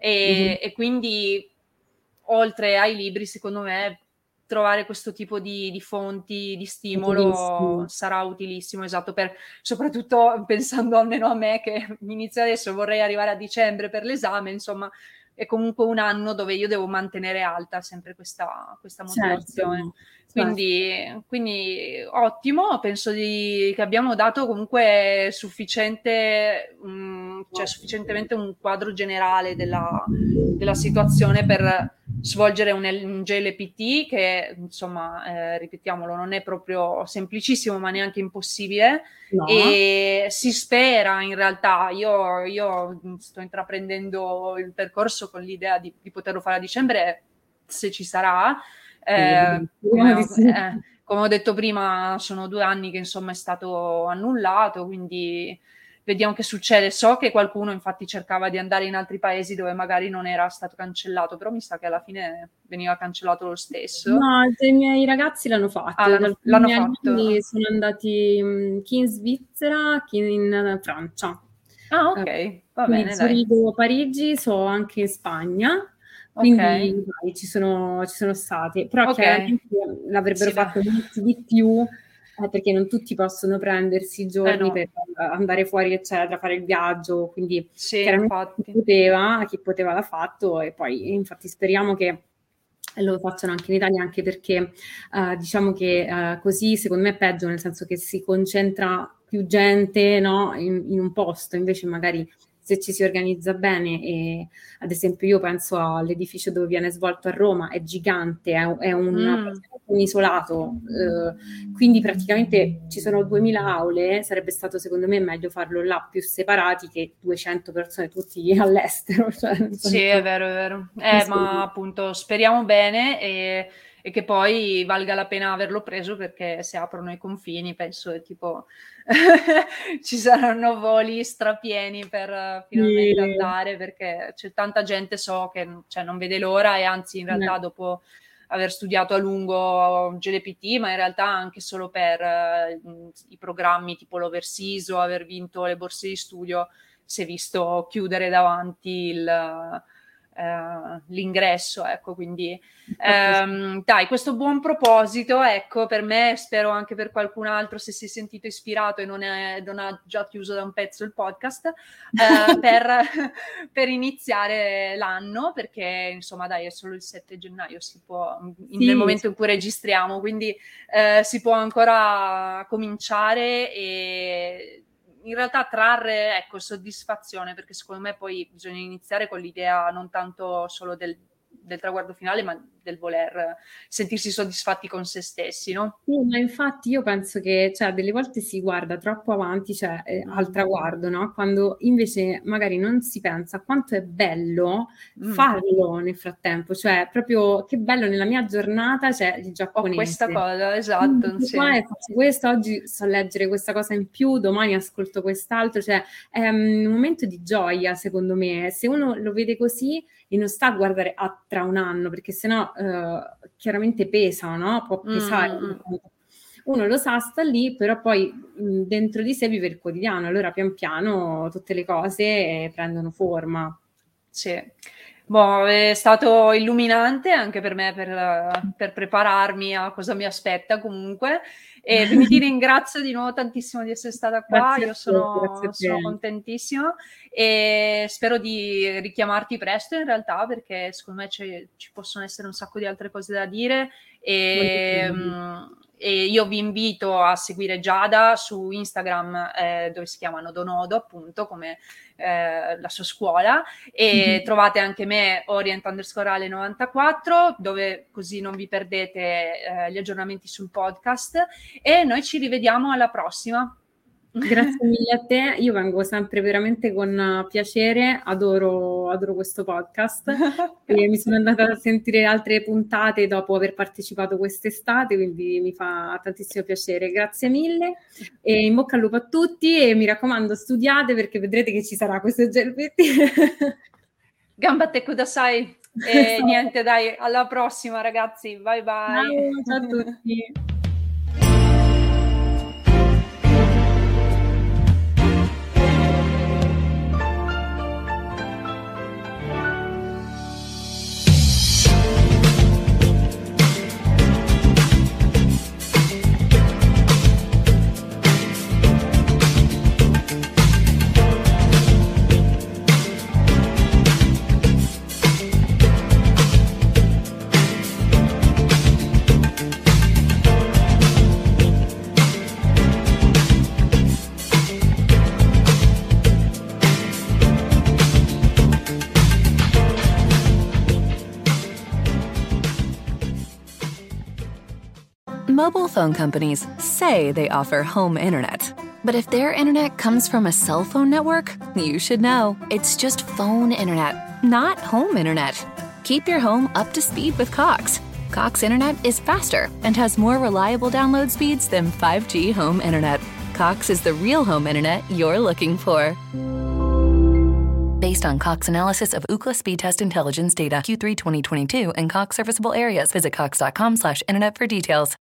E, Mhm. e quindi oltre ai libri, secondo me, trovare questo tipo di, di fonti di stimolo Utilissimo. sarà utilissimo, esatto, per, soprattutto pensando almeno a me che inizio adesso, vorrei arrivare a dicembre per l'esame, insomma, è comunque un anno dove io devo mantenere alta sempre questa, questa Certo, motivazione. certo. Quindi, quindi ottimo, penso di, che abbiamo dato comunque sufficiente, mh, cioè sufficientemente un quadro generale della, della situazione per svolgere un, un G L P T che, insomma, eh, ripetiamolo, non è proprio semplicissimo, ma neanche impossibile. No. E si spera, in realtà, io, io sto intraprendendo il percorso con l'idea di, di poterlo fare a dicembre, se ci sarà. Eh, Speriamo di come, sì. eh, come ho detto prima, sono due anni che insomma è stato annullato, quindi vediamo che succede. So che qualcuno infatti cercava di andare in altri paesi dove magari non era stato cancellato, però mi sa che alla fine veniva cancellato lo stesso. No, i miei ragazzi l'hanno Ah, fatto, l'hanno, alcuni l'hanno miei fatto. allievi sono andati mh, chi in Svizzera, chi in Francia. Ah, Eh, ok, va quindi bene, dai. Zurigo, Parigi, so anche in Spagna, Ok, quindi dai, ci sono, ci sono stati, però ok. chiaramente l'avrebbero Sì, da. fatto molti di più, eh, perché non tutti possono prendersi i Eh giorni per no, eh, andare fuori, eccetera, fare il viaggio, quindi sì, chiaramente chi infatti. poteva, chi poteva l'ha fatto, e poi infatti speriamo che lo facciano anche in Italia, anche perché uh, diciamo che uh, così secondo me è peggio, nel senso che si concentra più gente, no, in, in un posto, invece magari se ci si organizza bene, e ad esempio io penso all'edificio dove viene svolto a Roma, è gigante, è, è un, Mm. un isolato, eh, quindi praticamente ci sono duemila aule, sarebbe stato secondo me meglio farlo là più separati che duecento persone tutti all'estero. Cioè, nel Sì, è senso, vero, è vero. Eh, ma appunto speriamo bene e, e che poi valga la pena averlo preso, perché se aprono i confini penso che tipo ci saranno voli strapieni per uh, sì. finalmente andare, perché c'è tanta gente, so che cioè, non vede l'ora, e anzi in realtà Eh. dopo aver studiato a lungo G L P T, ma in realtà anche solo per uh, i programmi tipo l'Overseas o aver vinto le borse di studio, si è visto chiudere davanti il, eh, l'ingresso, ecco, quindi ehm, dai, questo buon proposito, ecco, per me, spero anche per qualcun altro, se si è sentito ispirato e non, è, non ha già chiuso da un pezzo il podcast, eh, per, per iniziare l'anno, perché insomma dai, è solo il sette gennaio, si può, in, nel Sì, momento in cui registriamo, quindi eh, si può ancora cominciare e in realtà trarre, ecco, soddisfazione, perché secondo me poi bisogna iniziare con l'idea non tanto solo del, del traguardo finale, ma del voler sentirsi soddisfatti con se stessi, no? sì, ma infatti io penso che, cioè, delle volte si guarda troppo avanti, cioè, eh, Mm. al traguardo, no? Quando invece magari non si pensa a quanto è bello Mm. farlo nel frattempo, cioè, proprio che bello, nella mia giornata c'è il Ho questa giapponese. cosa, esatto, Quindi sì. qua e faccio questo, oggi so leggere questa cosa in più, domani ascolto quest'altro, cioè è un momento di gioia, secondo me. Se uno lo vede così e non sta a guardare a tra un anno, perché sennò eh, chiaramente pesa, no? Può pesare. Mm, mm, mm. uno lo sa, sta lì, però poi mh, dentro di sé vive il quotidiano, allora pian piano tutte le cose eh, prendono forma. Sì. Boh, è stato illuminante anche per me per, per prepararmi a cosa mi aspetta comunque, e quindi ti ringrazio di nuovo tantissimo di essere stata qua. Grazie a Io te, sono, grazie a te. sono contentissima e spero di richiamarti presto in realtà, perché secondo me c'è- ci possono essere un sacco di altre cose da dire e, Volentieri. mm, e io vi invito a seguire Giada su Instagram, eh, dove si chiama Nodonodo, appunto, come eh, la sua scuola, e Mhm. trovate anche me Orient underscore Ale novantaquattro, dove così non vi perdete eh, gli aggiornamenti sul podcast, e noi ci rivediamo alla prossima. Grazie mille a te, io vengo sempre veramente con piacere, adoro, adoro questo podcast e mi sono andata a sentire altre puntate dopo aver partecipato quest'estate, quindi mi fa tantissimo piacere. Grazie mille e in bocca al lupo a tutti e mi raccomando studiate perché vedrete che ci sarà questo Gelbetti. Gambatte kudasai. E niente, dai, alla prossima ragazzi, bye bye. Ciao, ciao a tutti. Mobile phone companies say they offer home internet. But if their internet comes from a cell phone network, you should know. It's just phone internet, not home internet. Keep your home up to speed with Cox. Cox Internet is faster and has more reliable download speeds than five G home internet. Cox is the real home internet you're looking for. Based on Cox analysis of Ookla speed test intelligence data Q three twenty twenty-two and Cox serviceable areas, visit cox dot com slash internet for details.